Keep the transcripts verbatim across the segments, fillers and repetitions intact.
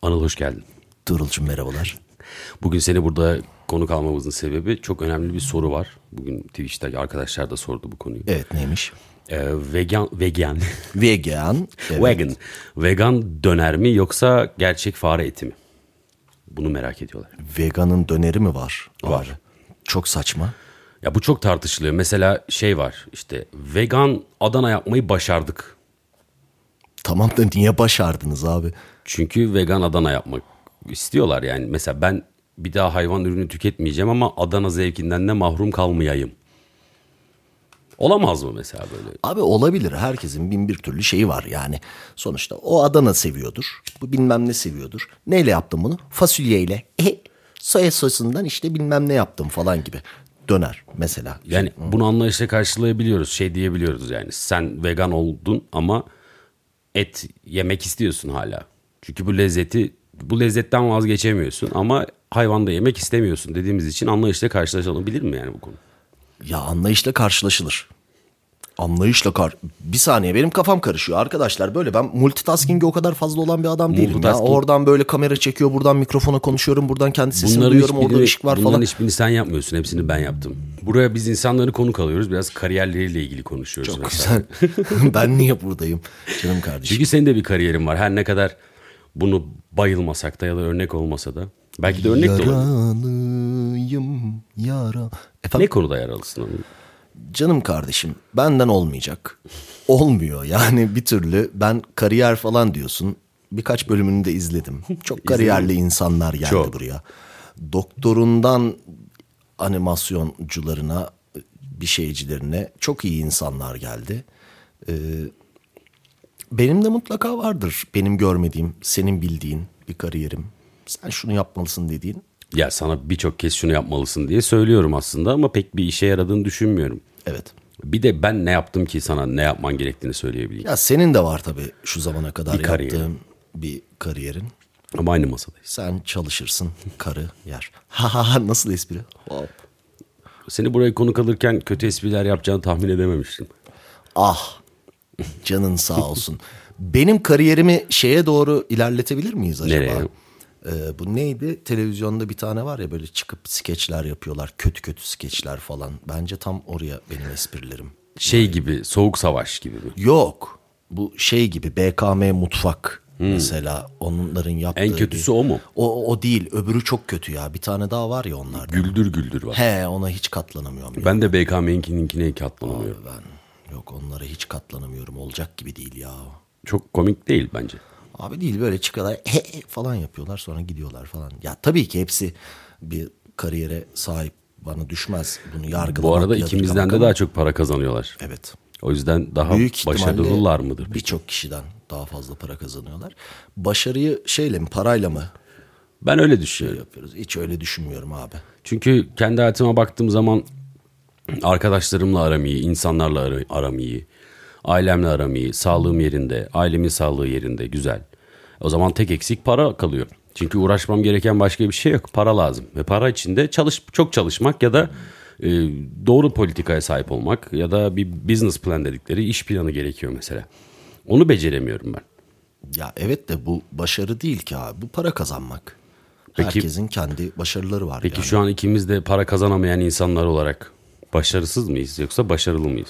Anıl hoş geldin. Tuğrul'cum merhabalar. Bugün seni burada konuk almamızın sebebi çok önemli bir soru var. Bugün Twitch'te arkadaşlar da sordu bu konuyu. Evet, neymiş? Ee, vegan, vegan. Vegan. Evet. Vegan. Vegan döner mi yoksa gerçek fare eti mi? Bunu merak ediyorlar. Veganın döneri mi var? Var. Abi, çok saçma. Ya bu çok tartışılıyor. Mesela şey var işte vegan Adana yapmayı başardık. Tamam da niye başardınız abi? Çünkü vegan Adana yapmak istiyorlar yani. Mesela ben bir daha hayvan ürünü tüketmeyeceğim ama Adana zevkinden de mahrum kalmayayım. Olamaz mı mesela böyle? Abi olabilir. Herkesin bin bir türlü şeyi var yani. Sonuçta o Adana seviyordur. Bu bilmem ne seviyordur. Neyle yaptım bunu? Fasulyeyle. E, soya sosundan işte bilmem ne yaptım falan gibi. Döner mesela. Yani bunu anlayışla karşılayabiliyoruz. Şey diyebiliyoruz yani. Sen vegan oldun ama et yemek istiyorsun hala. Çünkü bu lezzeti, bu lezzetten vazgeçemiyorsun ama hayvan da yemek istemiyorsun dediğimiz için anlayışla karşılaşılabilir mi yani bu konu? Ya anlayışla karşılaşılır. Anlayışla kar... Bir saniye benim kafam karışıyor arkadaşlar. Böyle ben multitasking'e o kadar fazla olan bir adam değilim ya. Oradan böyle kamera çekiyor, buradan mikrofona konuşuyorum, buradan kendi sesimi bunların duyuyorum, orada ışık var bunların falan. Bunların hiçbirini sen yapmıyorsun, hepsini ben yaptım. Buraya biz insanları konuk alıyoruz, biraz kariyerleriyle ilgili konuşuyoruz. Çok mesela. güzel. Ben niye buradayım canım kardeşim? Çünkü senin de bir kariyerin var. Her ne kadar bunu bayılmasak da ya da örnek olmasa da. Belki de örnek de olabilir. Yaralıyım yara. Efendim? Ne konuda yaralısın onun? Canım kardeşim benden olmayacak. Olmuyor yani bir türlü. Ben kariyer falan diyorsun. Birkaç bölümünü de izledim. Çok kariyerli insanlar geldi Çok. buraya. Doktorundan animasyoncularına, bir şeycilerine çok iyi insanlar geldi. Ee, benim de mutlaka vardır benim görmediğim, senin bildiğin bir kariyerim. Sen şunu yapmalısın dediğin. Ya sana birçok kez şunu yapmalısın diye söylüyorum aslında ama pek bir işe yaradığını düşünmüyorum. Evet. Bir de ben ne yaptım ki sana ne yapman gerektiğini söyleyebileyim. Ya senin de var tabii şu zamana kadar Bir kariyerim. yaptığın bir kariyerin. Ama aynı masadayız. Sen çalışırsın, karı yer. Ha ha ha, nasıl espri? Hop. Seni buraya konuk alırken kötü espriler yapacağını tahmin edememiştim. Ah, canın sağ olsun. Benim kariyerimi şeye doğru ilerletebilir miyiz acaba? Nereye? Ee, bu neydi? Televizyonda bir tane var ya böyle çıkıp skeçler yapıyorlar. Kötü kötü skeçler falan. Bence tam oraya benim esprilerim. Şey gibi, Soğuk Savaş gibi mi? Yok. Bu şey gibi B K M Mutfak mesela onların yaptığı. En kötüsü bir... o mu? O, o değil. Öbürü çok kötü ya. Bir tane daha var ya onlardan. Güldür Güldür var. He, ona hiç katlanamıyorum. Ya. Ben de B K M'ninkine katlanamıyorum. Ben yok onlara hiç katlanamıyorum. Olacak gibi değil ya. Çok komik değil bence. Abi değil, böyle çıkıyorlar he, he falan yapıyorlar sonra gidiyorlar falan. Ya tabii ki hepsi bir kariyere sahip, bana düşmez bunu yargılamak. Bu arada ikimizden de ama... daha çok para kazanıyorlar. Evet. O yüzden daha Büyük başarılılar mıdır? Birçok kişiden daha fazla para kazanıyorlar. Başarıyı şeyle mi, parayla mı Ben öyle düşünüyorum. yapıyoruz? Hiç öyle düşünmüyorum abi. Çünkü kendi hayatıma baktığım zaman arkadaşlarımla aram iyi, insanlarla ara- aram iyi, ailemle aram iyi, sağlığım yerinde, ailemin sağlığı yerinde, güzel. O zaman tek eksik para kalıyor. Çünkü uğraşmam gereken başka bir şey yok. Para lazım. Ve para için de çalış, çok çalışmak ya da e, doğru politikaya sahip olmak ya da bir business plan dedikleri iş planı gerekiyor mesela. Onu beceremiyorum ben. Ya evet de bu başarı değil ki abi. Bu para kazanmak. Peki- Herkesin kendi başarıları var. Peki yani. şu an ikimiz de para kazanamayan insanlar olarak başarısız mıyız yoksa başarılı mıyız?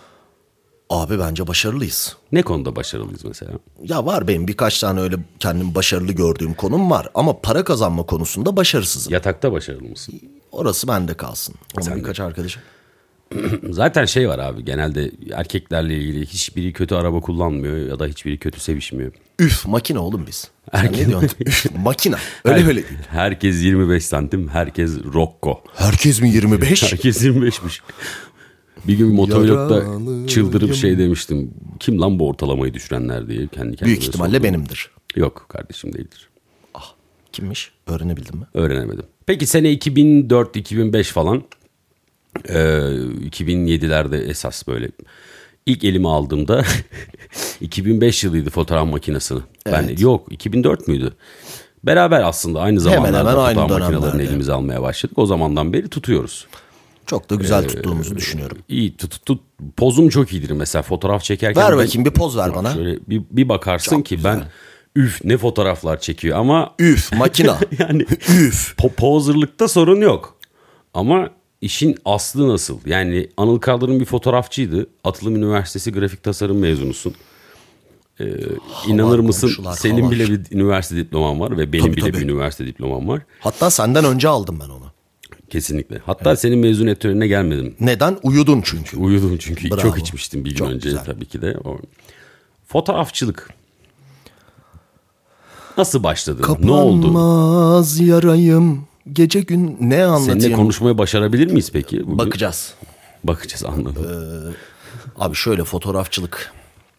Abi bence başarılıyız. Ne konuda başarılıyız mesela? Ya var benim birkaç tane öyle kendim başarılı gördüğüm konum var. Ama para kazanma konusunda başarısızım. Yatakta başarılı mısın? Orası bende kalsın. Ama Sen de. birkaç arkadaşım. Zaten şey var abi, genelde erkeklerle ilgili hiçbiri kötü araba kullanmıyor ya da hiçbiri kötü sevişmiyor. Üf, makine oğlum biz. Sen Erkek- ne diyorsun? Üf, makina. Öyle Her- öyle değil. Herkes yirmi beş santim, herkes Rocco. Herkes mi yirmi beş? Herkes yirmi beşmiş. Bir gün motovlogda Yaralıyım. çıldırıp şey demiştim. Kim lan bu ortalamayı düşürenler diye kendi kendime Büyük ihtimalle sordum. benimdir. Yok kardeşim, değildir. Ah, kimmiş? Öğrenebildin mi? Öğrenemedim. Peki sene iki bin dört iki bin beş falan. Ee, iki bin yedilerde esas böyle ilk elime aldığımda iki bin beş yılıydı fotoğraf makinesini. Ben Evet. yok iki bin dört müydü? Beraber aslında aynı zamanlarda hemen aynı fotoğraf makinelerini dönemlerde. elimize almaya başladık. O zamandan beri tutuyoruz. Çok da güzel tuttuğumuzu düşünüyorum. İyi tut, tut pozum çok iyidir mesela fotoğraf çekerken. Ver ben- bakayım bir poz ver bana. Şöyle bir, bir bakarsın Çok ki güzel. ben Üf ne fotoğraflar çekiyor ama Üf makina. yani Üf. po- poserlıkta sorun yok. Ama işin aslı nasıl? Yani Anıl Kaldırım bir fotoğrafçıydı. Atılım Üniversitesi grafik tasarım mezunusun. Ee, inanır mısın senin hava. bile bir üniversite diploman var ve benim Tabii, bile tabii. bir üniversite diplomam var. Hatta senden önce aldım ben onu. Kesinlikle. Hatta evet. Senin mezuniyet törenine gelmedim. Neden? Uyudun çünkü. Uyudum çünkü Bravo. Çok içmiştim bir gün Çok önce güzel. tabii ki de. O... Fotoğrafçılık. Nasıl başladı? Ne oldu? Kapanmaz yarayım. Gece gün ne anlatayım? Seninle konuşmayı başarabilir miyiz peki? Bugün? Bakacağız. Bakacağız anladım. Ee, abi şöyle fotoğrafçılık.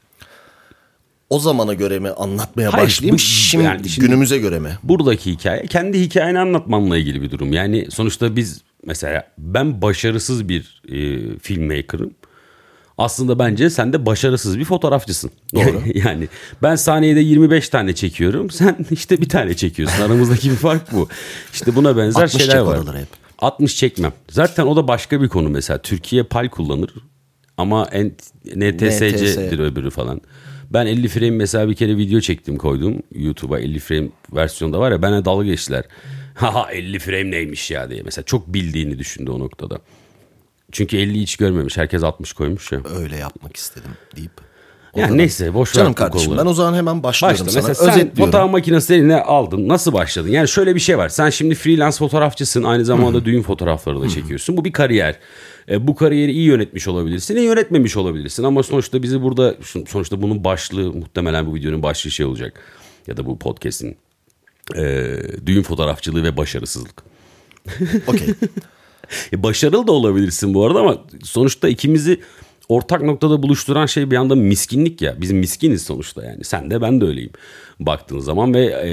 O zamana göre mi anlatmaya Hayır, başlayayım? bu- şimdi, yani şimdi- günümüze göre mi? Buradaki hikaye kendi hikayeni anlatmanla ilgili bir durum. Yani sonuçta biz mesela ben başarısız bir e, filmmaker'ım. Aslında bence sen de başarısız bir fotoğrafçısın. Doğru. Yani ben saniyede yirmi beş tane çekiyorum. Sen işte bir tane çekiyorsun. Aramızdaki bir fark bu. İşte buna benzer altmış şeyler çek var. oraları hep. altmış çekmem. Zaten o da başka bir konu mesela. Türkiye pal kullanır ama N T S C'dir öbürü falan. Ben elli frame mesela bir kere video çektim koydum. YouTube'a elli frame versiyonda var ya bana dalga geçtiler. Haha elli frame neymiş ya diye. Mesela çok bildiğini düşündü o noktada. Çünkü elli hiç görmemiş. Herkes altmış koymuş ya. Öyle yapmak istedim deyip. Yani Oradan- neyse boş ver Canım bu kardeşim konuları. ben o zaman hemen başlıyorum Başla. sana. Mesela sen Özetliyorum. fotoğraf makinesi eline aldın. Nasıl başladın? Yani şöyle bir şey var. Sen şimdi freelance fotoğrafçısın. Aynı zamanda düğün fotoğrafları da çekiyorsun. Bu bir kariyer. E, bu kariyeri iyi yönetmiş olabilirsin. iyi yönetmemiş olabilirsin. Ama sonuçta bizi burada sonuçta bunun başlığı muhtemelen bu videonun başlığı şey olacak. Ya da bu podcast'in e, düğün fotoğrafçılığı ve başarısızlık. Okey. E, başarılı da olabilirsin bu arada ama sonuçta ikimizi ortak noktada buluşturan şey bir anda miskinlik ya. Biz miskiniz sonuçta yani. Sen de ben de öyleyim baktığın zaman ve e,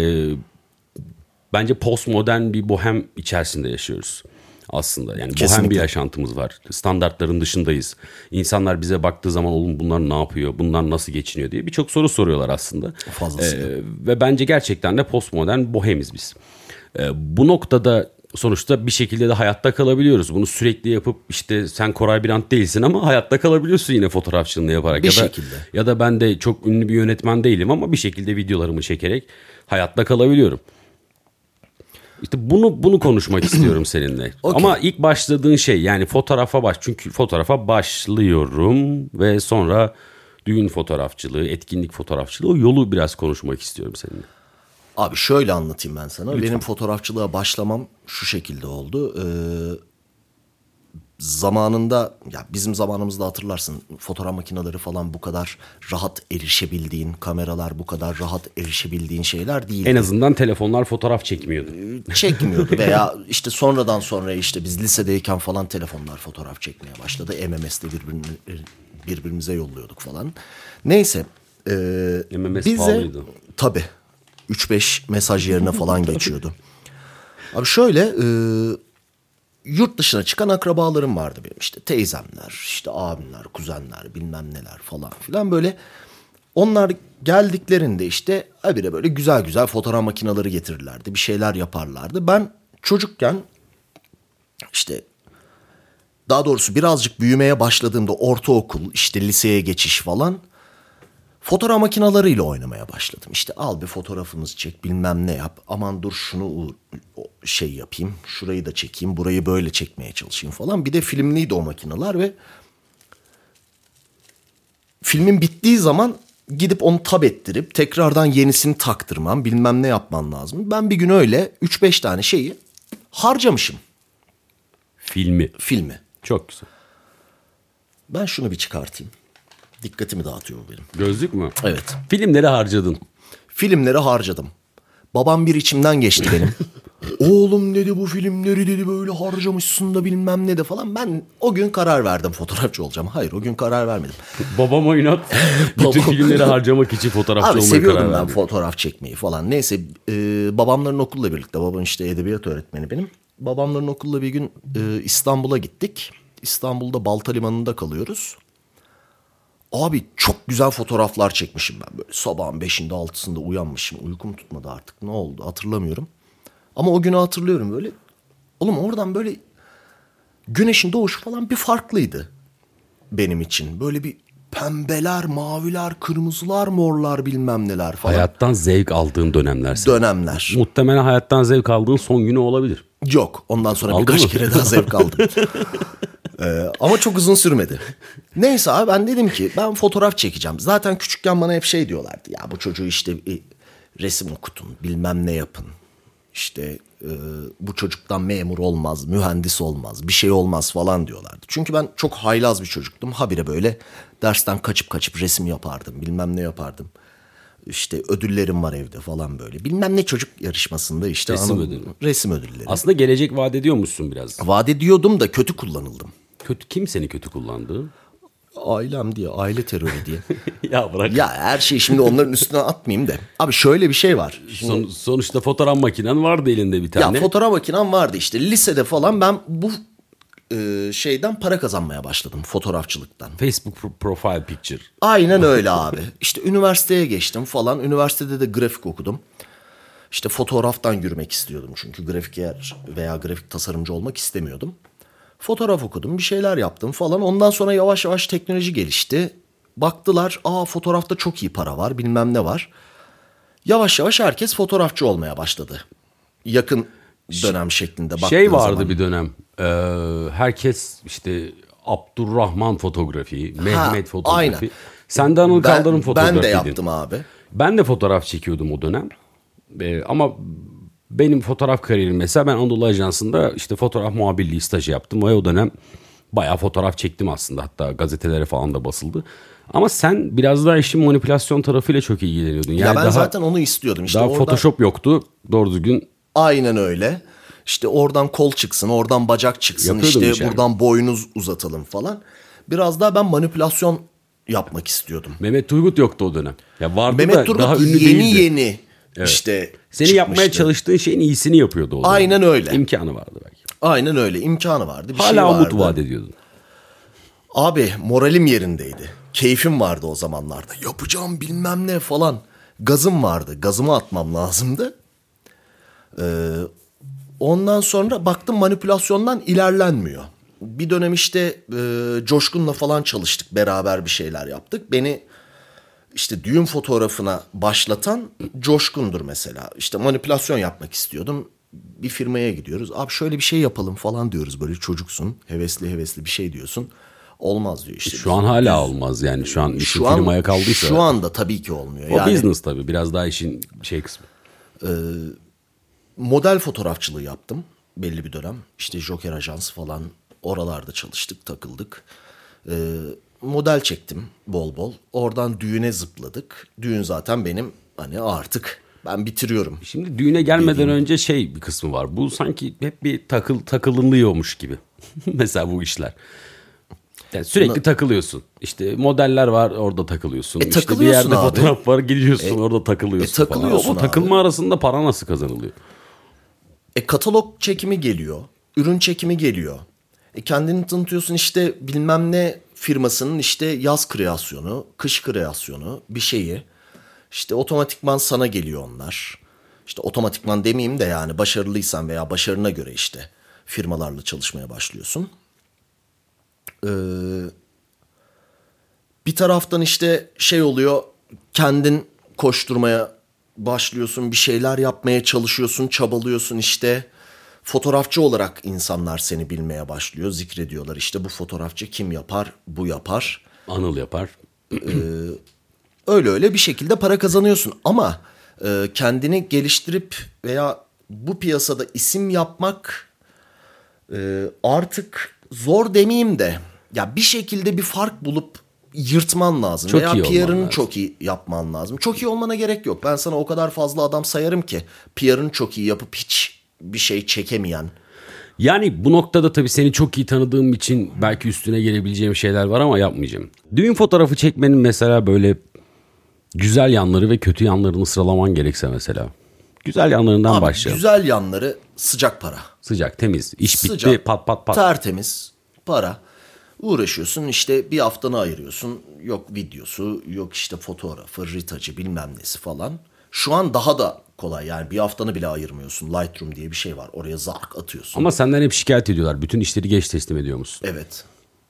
bence postmodern bir bohem içerisinde yaşıyoruz aslında. Yani bohem Kesinlikle. bir yaşantımız var. Standartların dışındayız. İnsanlar bize baktığı zaman oğlum bunlar ne yapıyor? Bunlar nasıl geçiniyor diye birçok soru soruyorlar aslında. Fazlasıyla. E, ve bence gerçekten de postmodern bohemiz biz. E, bu noktada sonuçta bir şekilde de hayatta kalabiliyoruz. Bunu sürekli yapıp işte sen Koray Birant değilsin ama hayatta kalabiliyorsun yine fotoğrafçılığını yaparak. Bir ya da, şekilde. Ya da ben de çok ünlü bir yönetmen değilim ama bir şekilde videolarımı çekerek hayatta kalabiliyorum. İşte bunu bunu konuşmak istiyorum seninle. Okay. Ama ilk başladığın şey yani fotoğrafa baş çünkü fotoğrafa başlıyorum ve sonra düğün fotoğrafçılığı, etkinlik fotoğrafçılığı o yolu biraz konuşmak istiyorum seninle. Abi şöyle anlatayım ben sana. Lütfen. Benim fotoğrafçılığa başlamam şu şekilde oldu. Ee, zamanında ya bizim zamanımızda hatırlarsın fotoğraf makineleri falan bu kadar rahat erişebildiğin, kameralar bu kadar rahat erişebildiğin şeyler değildi. En azından telefonlar fotoğraf çekmiyordu. Çekmiyordu veya işte sonradan sonra işte biz lisedeyken falan telefonlar fotoğraf çekmeye başladı. M M S'te birbirini, birbirimize yolluyorduk falan. Neyse. E, M M S bize, pahalıydı. tabii. üç beş mesaj yerine falan geçiyordu. Abi şöyle e, yurt dışına çıkan akrabalarım vardı benim işte teyzemler, işte abimler, kuzenler bilmem neler falan filan böyle. Onlar geldiklerinde işte habire böyle güzel güzel fotoğraf makineleri getirirlerdi. Bir şeyler yaparlardı. Ben çocukken işte daha doğrusu birazcık büyümeye başladığımda ortaokul işte liseye geçiş falan fotoğraf makinalarıyla oynamaya başladım. İşte al bir fotoğrafımızı çek bilmem ne yap. Aman dur şunu şey yapayım. Şurayı da çekeyim. Burayı böyle çekmeye çalışayım falan. Bir de filmliydi o makineler ve filmin bittiği zaman gidip onu tab ettirip tekrardan yenisini taktırmam bilmem ne yapman lazım. Ben bir gün öyle üç beş tane şeyi harcamışım. Filmi. Filmi. Çok güzel. Ben şunu bir çıkartayım. Dikkatimi dağıtıyor bu benim. Gözlük mü? Evet. Filmleri harcadın. Filmleri harcadım. Babam bir içimden geçti benim. Oğlum dedi bu filmleri dedi böyle harcamışsın da bilmem ne de falan. Ben o gün karar verdim fotoğrafçı olacağım. Hayır o gün karar vermedim. Babama inat. Bütün Babam- filmleri harcamak için fotoğrafçı Abi olmaya seviyordum karar ben verdim. fotoğraf çekmeyi falan. Neyse e, babamların okulla birlikte. Babam işte edebiyat öğretmeni benim. Babamların okulla bir gün e, İstanbul'a gittik. İstanbul'da Balta Limanı'nda kalıyoruz. Abi çok güzel fotoğraflar çekmişim ben böyle. Sabahın beşinde altısında uyanmışım. Uykum tutmadı artık ne oldu hatırlamıyorum. Ama o günü hatırlıyorum böyle. Oğlum oradan böyle güneşin doğuşu falan bir farklıydı benim için. Böyle bir pembeler, maviler, kırmızılar, morlar bilmem neler falan. Hayattan zevk aldığın dönemler. Senin. Dönemler. Muhtemelen hayattan zevk aldığın son günü olabilir. Yok. Ondan sonra Aldın birkaç mı? kere daha zevk aldım. ee, ama çok uzun sürmedi. Neyse abi ben dedim ki ben fotoğraf çekeceğim. Zaten küçükken bana hep şey diyorlardı. Ya bu çocuğu işte e, resim okutun, bilmem ne yapın. İşte e, bu çocuktan memur olmaz, mühendis olmaz, bir şey olmaz falan diyorlardı. Çünkü ben çok haylaz bir çocuktum. Habire böyle dersten kaçıp kaçıp resim yapardım, bilmem ne yapardım. İşte ödüllerim var evde falan böyle. Bilmem ne çocuk yarışmasında işte. Resim ana, ödülü. Resim ödülleri. Aslında gelecek vaat ediyormuşsun biraz. Vaat ediyordum da kötü kullanıldım. Kötü, kim seni kötü kullandı? Ailem diye, aile terörü diye. Ya bırak. Ya her şeyi şimdi onların üstüne atmayayım da. Abi şöyle bir şey var. Şimdi, Son, sonuçta fotoğraf makinen vardı elinde bir tane. ya fotoğraf makinem vardı işte. Lisede falan ben bu e, şeyden para kazanmaya başladım. Fotoğrafçılıktan. Facebook pro- profile picture. Aynen öyle abi. İşte üniversiteye geçtim falan. Üniversitede de grafik okudum. İşte fotoğraftan yürümek istiyordum. Çünkü grafiker veya grafik tasarımcı olmak istemiyordum. Fotoğraf okudum, bir şeyler yaptım falan. Ondan sonra yavaş yavaş teknoloji gelişti. Baktılar, aa fotoğrafta çok iyi para var, bilmem ne var. Yavaş yavaş herkes fotoğrafçı olmaya başladı. Yakın dönem şeklinde baktığın Şey vardı zaman. bir dönem. Ee, herkes işte Abdurrahman fotoğrafi, Mehmet fotoğrafi. aynen. Sen de Anıl Ben, Kaldırım fotoğrafiydin. ben de yaptım abi. Ben de fotoğraf çekiyordum o dönem. Ee, ama benim fotoğraf kariyerim mesela ben Anadolu Ajansı'nda işte fotoğraf muhabirliği stajı yaptım. Ve o dönem bayağı fotoğraf çektim aslında. Hatta gazetelere falan da basıldı. Ama sen biraz daha işin manipülasyon tarafıyla çok ilgileniyordun. Yani ya ben daha, zaten onu istiyordum. İşte daha oradan, Photoshop yoktu doğru düzgün. aynen öyle. İşte oradan kol çıksın, oradan bacak çıksın. Yapıyordum İşte iş yani. buradan boynuz uzatalım falan. Biraz daha ben manipülasyon yapmak istiyordum. Mehmet Turgut yoktu o dönem. Ya vardı Mehmet da Turgut daha ünlü yeni değildi. yeni işte Seni çıkmıştı. yapmaya çalıştığın şeyin iyisini yapıyordu o zaman. Aynen öyle. İmkanı vardı belki. Aynen öyle. İmkanı vardı. Bir Hala şey vardı. umut vaat ediyordun. Abi moralim yerindeydi. Keyfim vardı o zamanlarda. Yapacağım bilmem ne falan. Gazım vardı. Gazımı atmam lazımdı. Ee, ondan sonra baktım manipülasyondan ilerlenmiyor. Bir dönem işte e, Coşkun'la falan çalıştık. Beraber bir şeyler yaptık. Beni işte düğün fotoğrafına başlatan Coşkun'dur mesela. İşte manipülasyon yapmak istiyordum. Bir firmaya gidiyoruz. Abi şöyle bir şey yapalım falan diyoruz. Böyle çocuksun. Hevesli hevesli bir şey diyorsun. Olmaz diyor işte. Şu an hala olmaz yani. Şu an işin Şu an, firmaya kaldıysa. şu anda tabii ki olmuyor. O Yani business tabii. Biraz daha işin şey kısmı. model fotoğrafçılığı yaptım belli bir dönem. İşte Joker Ajans falan oralarda çalıştık, takıldık. Ee, model çektim bol bol. Oradan düğüne zıpladık. Düğün zaten benim hani artık ben bitiriyorum. Şimdi düğüne gelmeden önce şey bir kısmı var. Bu sanki hep bir takıl takılınıyormuş gibi. Mesela bu işler. Yani sürekli takılıyorsun. İşte modeller var orada takılıyorsun. E, işte bir takılıyorsun yerde abi. fotoğraf var gidiyorsun orada takılıyorsun, e, takılıyorsun falan. O abi. takılma arasında para nasıl kazanılıyor? E katalog çekimi geliyor. Ürün çekimi geliyor. E kendini tanıtıyorsun işte bilmem ne firmasının işte yaz kreasyonu, kış kreasyonu bir şeyi. İşte otomatikman sana geliyor onlar. İşte otomatikman demeyeyim de yani başarılıysan veya başarına göre işte firmalarla çalışmaya başlıyorsun. Ee, bir taraftan işte şey oluyor, kendin koşturmaya başlıyorsun, bir şeyler yapmaya çalışıyorsun, çabalıyorsun işte. Fotoğrafçı olarak insanlar seni bilmeye başlıyor, zikrediyorlar. İşte bu fotoğrafçı kim yapar, bu yapar. Anıl yapar. Öyle öyle bir şekilde para kazanıyorsun ama e, kendini geliştirip veya bu piyasada isim yapmak e, artık zor demeyeyim de ya bir şekilde bir fark bulup yırtman lazım. Çok veya iyi olman P R'ını lazım. çok iyi yapman lazım. Çok iyi olmana gerek yok. Ben sana o kadar fazla adam sayarım ki P R'ını çok iyi yapıp hiç bir şey çekemeyen. Yani bu noktada tabii seni çok iyi tanıdığım için belki üstüne gelebileceğim şeyler var ama yapmayacağım. Düğün fotoğrafı çekmenin mesela böyle güzel yanları ve kötü yanlarını sıralaman gerekse mesela. Güzel yanlarından Abi, başlayalım. güzel yanları sıcak para. Sıcak, temiz. İş Sıcak, bitti, pat pat pat. tertemiz para. Uğraşıyorsun işte bir haftanı ayırıyorsun. Yok videosu, yok işte fotoğrafı, ritacı bilmem nesi falan. Şu an daha da kolay yani bir haftanı bile ayırmıyorsun. Lightroom diye bir şey var. Oraya zark atıyorsun. Ama senden hep şikayet ediyorlar. Bütün işleri geç teslim ediyor musun? Evet.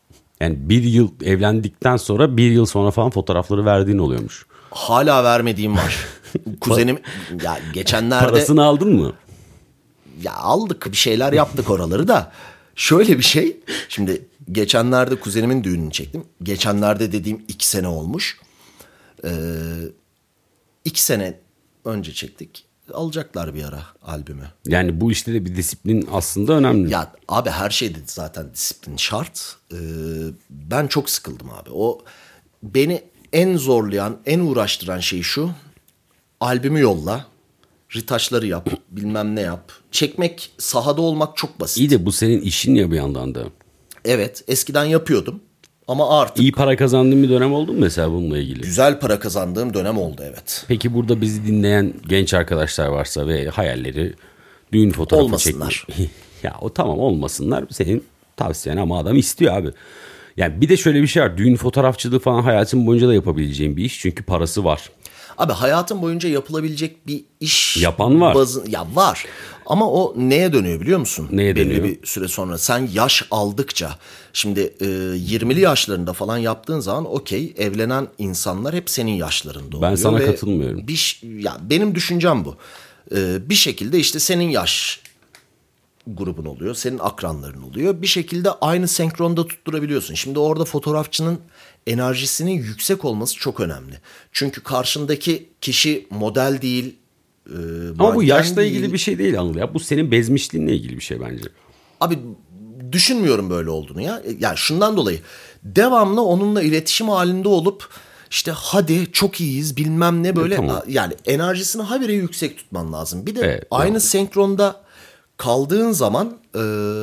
Yani bir yıl evlendikten sonra bir yıl sonra falan fotoğrafları verdiğin oluyormuş. Hala vermediğim var. Kuzenim ya geçenlerde... Parasını aldın mı? Ya aldık, bir şeyler yaptık oraları da. Şöyle bir şey. Şimdi geçenlerde kuzenimin düğününü çektim. Geçenlerde dediğim iki sene olmuş. Ee, iki sene önce çektik. Alacaklar bir ara albümü. Yani bu işte de bir disiplin aslında önemli. Ya abi her şeyde zaten disiplin şart. Ee, ben çok sıkıldım abi. O beni en zorlayan, en uğraştıran şey şu. Albümü yolla. Ritaçları yap, bilmem ne yap. Çekmek, sahada olmak çok basit. İyi de bu senin işin ya bir yandan da. Evet, eskiden yapıyordum ama artık... İyi para kazandığın bir dönem oldu mu mesela bununla ilgili? Güzel para kazandığım dönem oldu, evet. Peki burada bizi dinleyen genç arkadaşlar varsa ve hayalleri düğün fotoğrafı olmasınlar. çekmek. Ya o tamam, olmasınlar, senin tavsiyen, ama adam istiyor abi. Yani bir de şöyle bir şey var, düğün fotoğrafçılığı falan hayatın boyunca da yapabileceğin bir iş, çünkü parası var. Abi hayatın boyunca yapılabilecek bir iş... Yapan var. Bazı, ya var. Ama o neye dönüyor biliyor musun? Neye Belli dönüyor? bir süre sonra. Sen yaş aldıkça... Şimdi e, yirmili yaşlarında falan yaptığın zaman okey, evlenen insanlar hep senin yaşlarında oluyor. Ben sana ve katılmıyorum. Bir, ya benim düşüncem bu. E, bir şekilde işte senin yaş grubun oluyor. Senin akranların oluyor. Bir şekilde aynı senkronda tutturabiliyorsun. Şimdi orada fotoğrafçının enerjisinin yüksek olması çok önemli. Çünkü karşındaki kişi model değil. E, Ama bu yaşla değil. ilgili bir şey değil Anıl ya. Bu senin bezmişliğinle ilgili bir şey bence. Abi düşünmüyorum böyle olduğunu ya. Yani şundan dolayı devamlı onunla iletişim halinde olup işte hadi çok iyiyiz bilmem ne böyle. E, tamam. Yani enerjisini habire yüksek tutman lazım. Bir de evet, aynı tamam. senkronda kaldığın zaman e,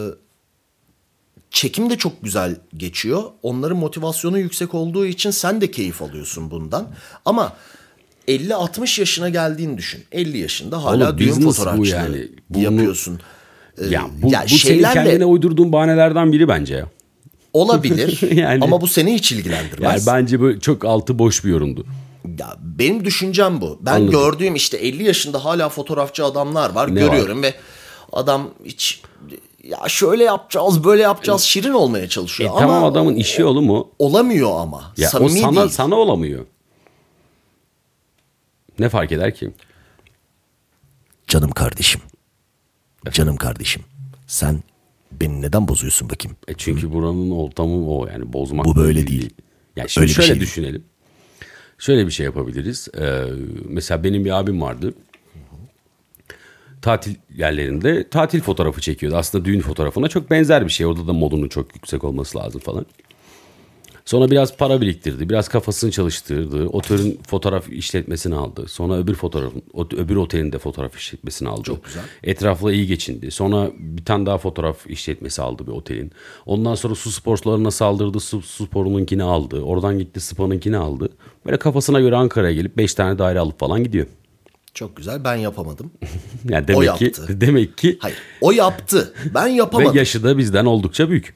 çekim de çok güzel geçiyor. Onların motivasyonu yüksek olduğu için sen de keyif alıyorsun bundan. Ama elli altmış yaşına geldiğini düşün. elli yaşında hala Oğlum, düğün fotoğrafçılığı yani. Bunu, yapıyorsun. Ya bu, ya bu şeylerle, senin kendine uydurduğun bahanelerden biri bence ya. Olabilir yani, ama bu seni hiç ilgilendirmez. Yani bence böyle çok altı boş bir yorumdu. Ya benim düşüncem bu. Ben Anladım. Gördüğüm işte elli yaşında hala fotoğrafçı adamlar var. Ne görüyorum var? Ve adam hiç ya şöyle yapacağız böyle yapacağız şirin olmaya çalışıyor. E, ama tamam, adamın işi oğlum o. Olamıyor ama. Ya samimi o sana, değil. sana olamıyor. Ne fark eder ki? Canım kardeşim. Canım kardeşim. Sen beni neden bozuyorsun bakayım? E çünkü Hı? buranın ortamı o, yani bozmak. Bu böyle değil. değil. Yani şimdi Öyle şöyle şey düşünelim. Değil. Şöyle bir şey yapabiliriz. Ee, mesela benim bir abim vardı. Tatil yerlerinde tatil fotoğrafı çekiyordu. Aslında düğün fotoğrafına çok benzer bir şey. Orada da modunun çok yüksek olması lazım falan. Sonra biraz para biriktirdi. Biraz kafasını çalıştırdı. Otelin fotoğraf işletmesini aldı. Sonra öbür fotoğrafın, öbür otelin de fotoğraf işletmesini aldı. Çok güzel. Etrafla iyi geçindi. Sonra bir tane daha fotoğraf işletmesi aldı bir otelin. Ondan sonra su sporcularına saldırdı. Su, su sporununkini aldı. Oradan gitti Spa'nınkini aldı. Böyle kafasına göre Ankara'ya gelip beş tane daire alıp falan gidiyor. Çok güzel. Ben yapamadım. Yani demek o ki, yaptı. Demek ki. Hayır. O yaptı. Ben yapamadım. Ve yaşı da bizden oldukça büyük.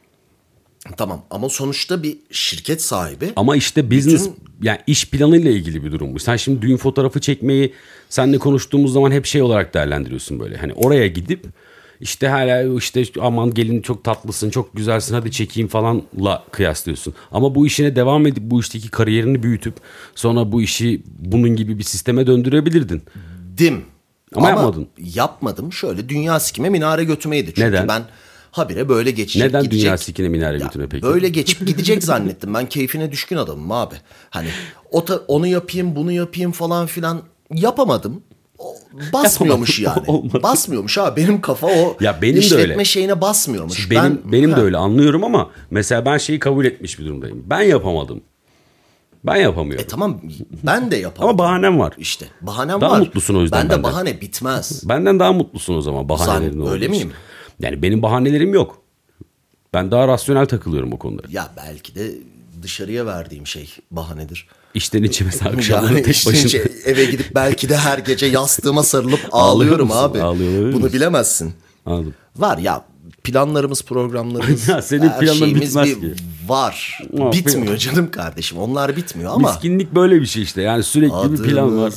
Tamam, ama sonuçta bir şirket sahibi. Ama işte business, bütün... yani iş planıyla ilgili bir durum bu. Sen şimdi düğün fotoğrafı çekmeyi seninle konuştuğumuz zaman hep şey olarak değerlendiriyorsun böyle. Hani oraya gidip işte hala işte aman gelin çok tatlısın, çok güzelsin, hadi çekeyim falanla kıyaslıyorsun. Ama bu işine devam edip bu işteki kariyerini büyütüp sonra bu işi bunun gibi bir sisteme döndürebilirdin. Dim. Ama, Ama yapmadın. Yapmadım. Şöyle dünya sikime minare götürmeydi. Çünkü Neden? ben habire böyle geçecek Neden gidecek. dünya sikine minare götürme peki? Böyle geçip gidecek zannettim. Ben keyfine düşkün adamım abi. Hani o ta, onu yapayım bunu yapayım falan filan yapamadım. O, basmıyormuş yani. Olmadı. Basmıyormuş abi. Benim kafa o ya benim işletme de öyle. şeyine basmıyormuş. Benim, ben, benim ha. de öyle anlıyorum ama mesela ben şeyi kabul etmiş bir durumdayım. Ben yapamadım. Ben yapamıyorum. E tamam, ben de yapamadım. Ama bahanem var. İşte bahanem daha var. Daha mutlusun o yüzden benden. benden. Bahane bitmez. Benden daha mutlusun o zaman bahanelerin olduğu öyle miyim? Yani benim bahanelerim yok. Ben daha rasyonel takılıyorum o konuda. Ya belki de dışarıya verdiğim şey bahanedir. İşten içe mesela akşamları yani tek başına. Içe, eve gidip belki de her gece yastığıma sarılıp ağlıyorum abi. Ağlıyor Bunu bilemezsin. Anladım. Var ya, planlarımız programlarımız ya senin her planın şeyimiz bitmez bir ki. Var. Bitmiyor canım kardeşim. Onlar bitmiyor ama. Miskinlik böyle bir şey işte. Yani sürekli Adımız bir plan var.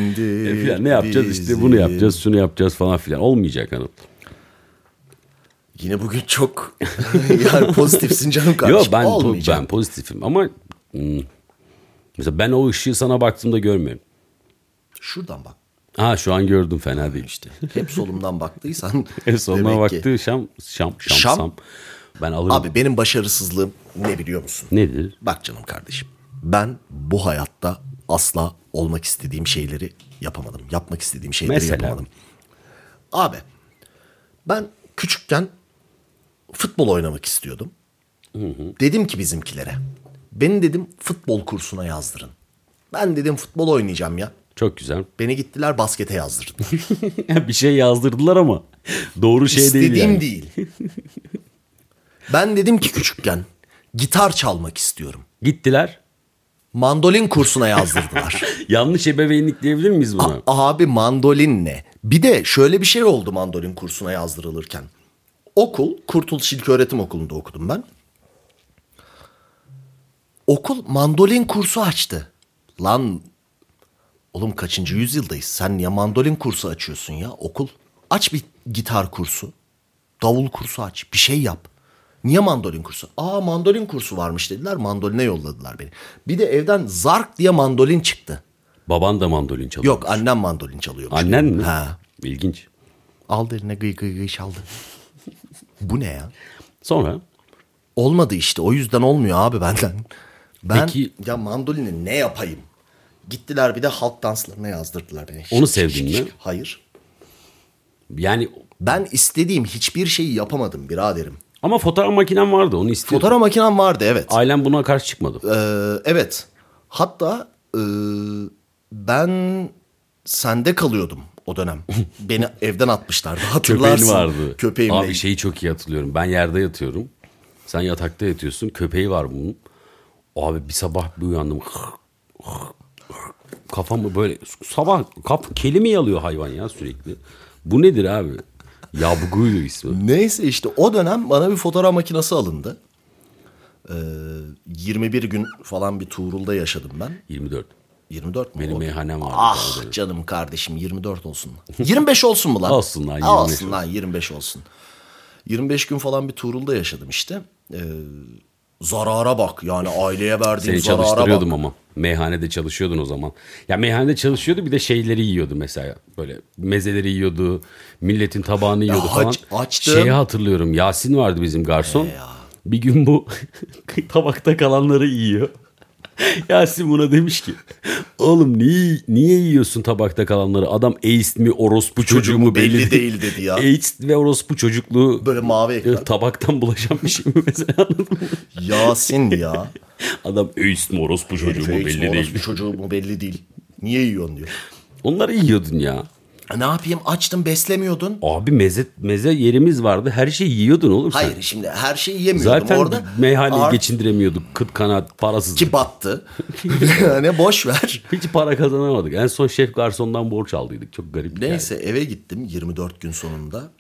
miskindir. e ne yapacağız bizim. işte bunu yapacağız şunu yapacağız falan filan. Olmayacak hanım. Yine bugün çok yani pozitifsin canım kardeşim. Yok ben, po- ben pozitifim ama hmm, mesela ben o ışığı sana baktığımda görmüyorum. Şuradan bak. Ha şu an gördüm, fena değil. İşte hep solumdan baktıysan. Hep soluma baktı şam, şam, şam, Şam. şam. Ben alırım. Abi benim başarısızlığım ne biliyor musun? Nedir? Bak canım kardeşim. Ben bu hayatta asla olmak istediğim şeyleri yapamadım. Yapmak istediğim şeyleri Mesela? yapamadım. Abi ben küçükken futbol oynamak istiyordum. Hı hı. Dedim ki bizimkilere. Beni dedim futbol kursuna yazdırın. Ben dedim futbol oynayacağım ya. Çok güzel. Beni gittiler baskete yazdırdılar. Bir şey yazdırdılar ama doğru şey değil İstediğim yani. değil. Ben dedim ki küçükken gitar çalmak istiyorum. Gittiler. Mandolin kursuna yazdırdılar. Yanlış ebeveynlik diyebilir miyiz buna? A- abi mandolin ne? Bir de şöyle bir şey oldu mandolin kursuna yazdırılırken. Okul, Kurtuluş İlköğretim Okulu'nda okudum ben. Okul mandolin kursu açtı. Lan oğlum kaçıncı yüzyıldayız? Sen niye mandolin kursu açıyorsun ya? Okul aç bir gitar kursu. Davul kursu aç. Bir şey yap. Niye mandolin kursu? Aa mandolin kursu varmış dediler. Mandoline yolladılar beni. Bir de evden zark diye mandolin çıktı. Baban da mandolin çalıyor. Yok annem mandolin çalıyormuş. Annen mi? Ha. İlginç. Aldı eline gıy gıy gıy çaldı. Bu ne ya? Sonra? Olmadı işte. O yüzden olmuyor abi benden. Ben Peki- ya mandolini ne yapayım? Gittiler bir de halk danslarına yazdırdılar beni. Onu sevdin mi? Hayır. Yani Ben istediğim hiçbir şeyi yapamadım biraderim. ama fotoğraf makinem vardı, onu istiyordum. Fotoğraf makinem vardı evet. Ailem buna karşı çıkmadı. Ee, evet. Hatta e, ben sende kalıyordum o dönem. Beni evden atmışlardı. Hatırlarsın. Köpeğin vardı. Köpeğimle. Abi şeyi çok iyi hatırlıyorum. Ben yerde yatıyorum. Sen yatakta yatıyorsun. Köpeği var bunun. Abi bir sabah bir uyandım. Kafamı böyle sabah kap, kelime yalıyor hayvan ya sürekli. Bu nedir abi? Yabguydu ismi. Neyse işte o dönem bana bir fotoğraf makinesi alındı. Ee, yirmi bir gün falan bir Tuğrul'da yaşadım ben. yirmi dört. yirmi dört mü? Benim O- meyhanem vardı. Ah orada. canım kardeşim yirmi dört olsun. yirmi beş olsun mu lan? Olsun lan, yirmi beş Olsun olsun. lan yirmi beş olsun. yirmi beş gün falan bir Tuğrul'da yaşadım işte. Ee, zarara bak yani aileye verdiğim Seni zarara çalıştırıyordum bak. ama. Meyhanede çalışıyordun o zaman. Ya meyhanede çalışıyordu, bir de şeyleri yiyordu mesela. Böyle mezeleri yiyordu. Milletin tabağını yiyordu Ya falan. aç- açtım. Şeyi hatırlıyorum. Yasin vardı bizim garson. Bir gün bu tabakta kalanları yiyor. Yasin buna demiş ki oğlum niye, niye yiyorsun tabakta kalanları? Adam AIDS mi orospu çocuğu mu belli, belli değil dedi ya. AIDS ve orospu çocukluğu Böyle mavi ekran. tabaktan bulaşan bir şey mi mesela, anladın mı? Yasin ya. Adam AIDS mi orospu çocuğu mu Feyz belli mi, değil. orospu çocuğu mu belli değil. Niye yiyorsun diyor. Onları yiyordun ya. Ne yapayım açtım beslemiyordun. Abi meze meze yerimiz vardı. Her şeyi yiyordun oğlum sen. Hayır şimdi her şeyi yemiyordum Zaten orada. meyhaneyi Art- geçindiremiyorduk. Kıt kanaat parasız. Ki battı. Yani boş ver. Hiç para kazanamadık. En son şef garsondan borç aldıydık. Çok garip. Neyse eve gittim yirmi dört gün sonunda.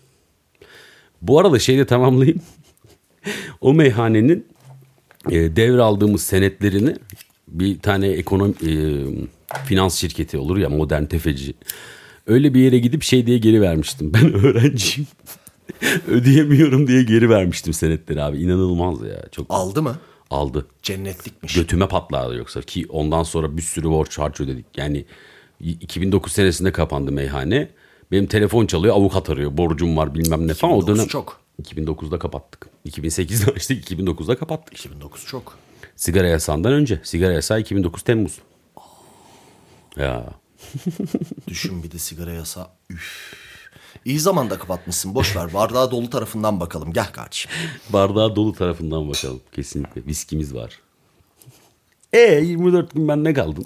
Bu arada şeyi de tamamlayayım. O meyhanenin e, devraldığımız senetlerini bir tane ekonomi e, finans şirketi olur ya, modern tefeci. Öyle bir yere gidip şey diye geri vermiştim. Ben öğrenciyim. Ödeyemiyorum diye geri vermiştim senetleri abi. İnanılmaz ya. Çok Aldı mı? aldı. Cennetlikmiş. Götüme patlardı yoksa, ki ondan sonra bir sürü borç harç ödedik. Yani iki bin dokuz senesinde kapandı meyhane. Benim telefon çalıyor, avukat arıyor, borcum var bilmem ne falan. O iki bin dokuz dönem çok. iki bin dokuzda kapattık. iki bin sekizde açtık, iki bin dokuzda kapattık. iki bin dokuz çok. Sigara yasağından önce. Sigara yasağı iki bin dokuz Temmuz. Ya Düşün bir de sigara yasağı. Üf. İyi zamanda kapatmışsın. Boş ver. Bardağı dolu tarafından bakalım. Gel kardeşim. bardağı dolu tarafından bakalım. Kesinlikle. Viskimiz var. E yirmi dört gün ben ne kaldım?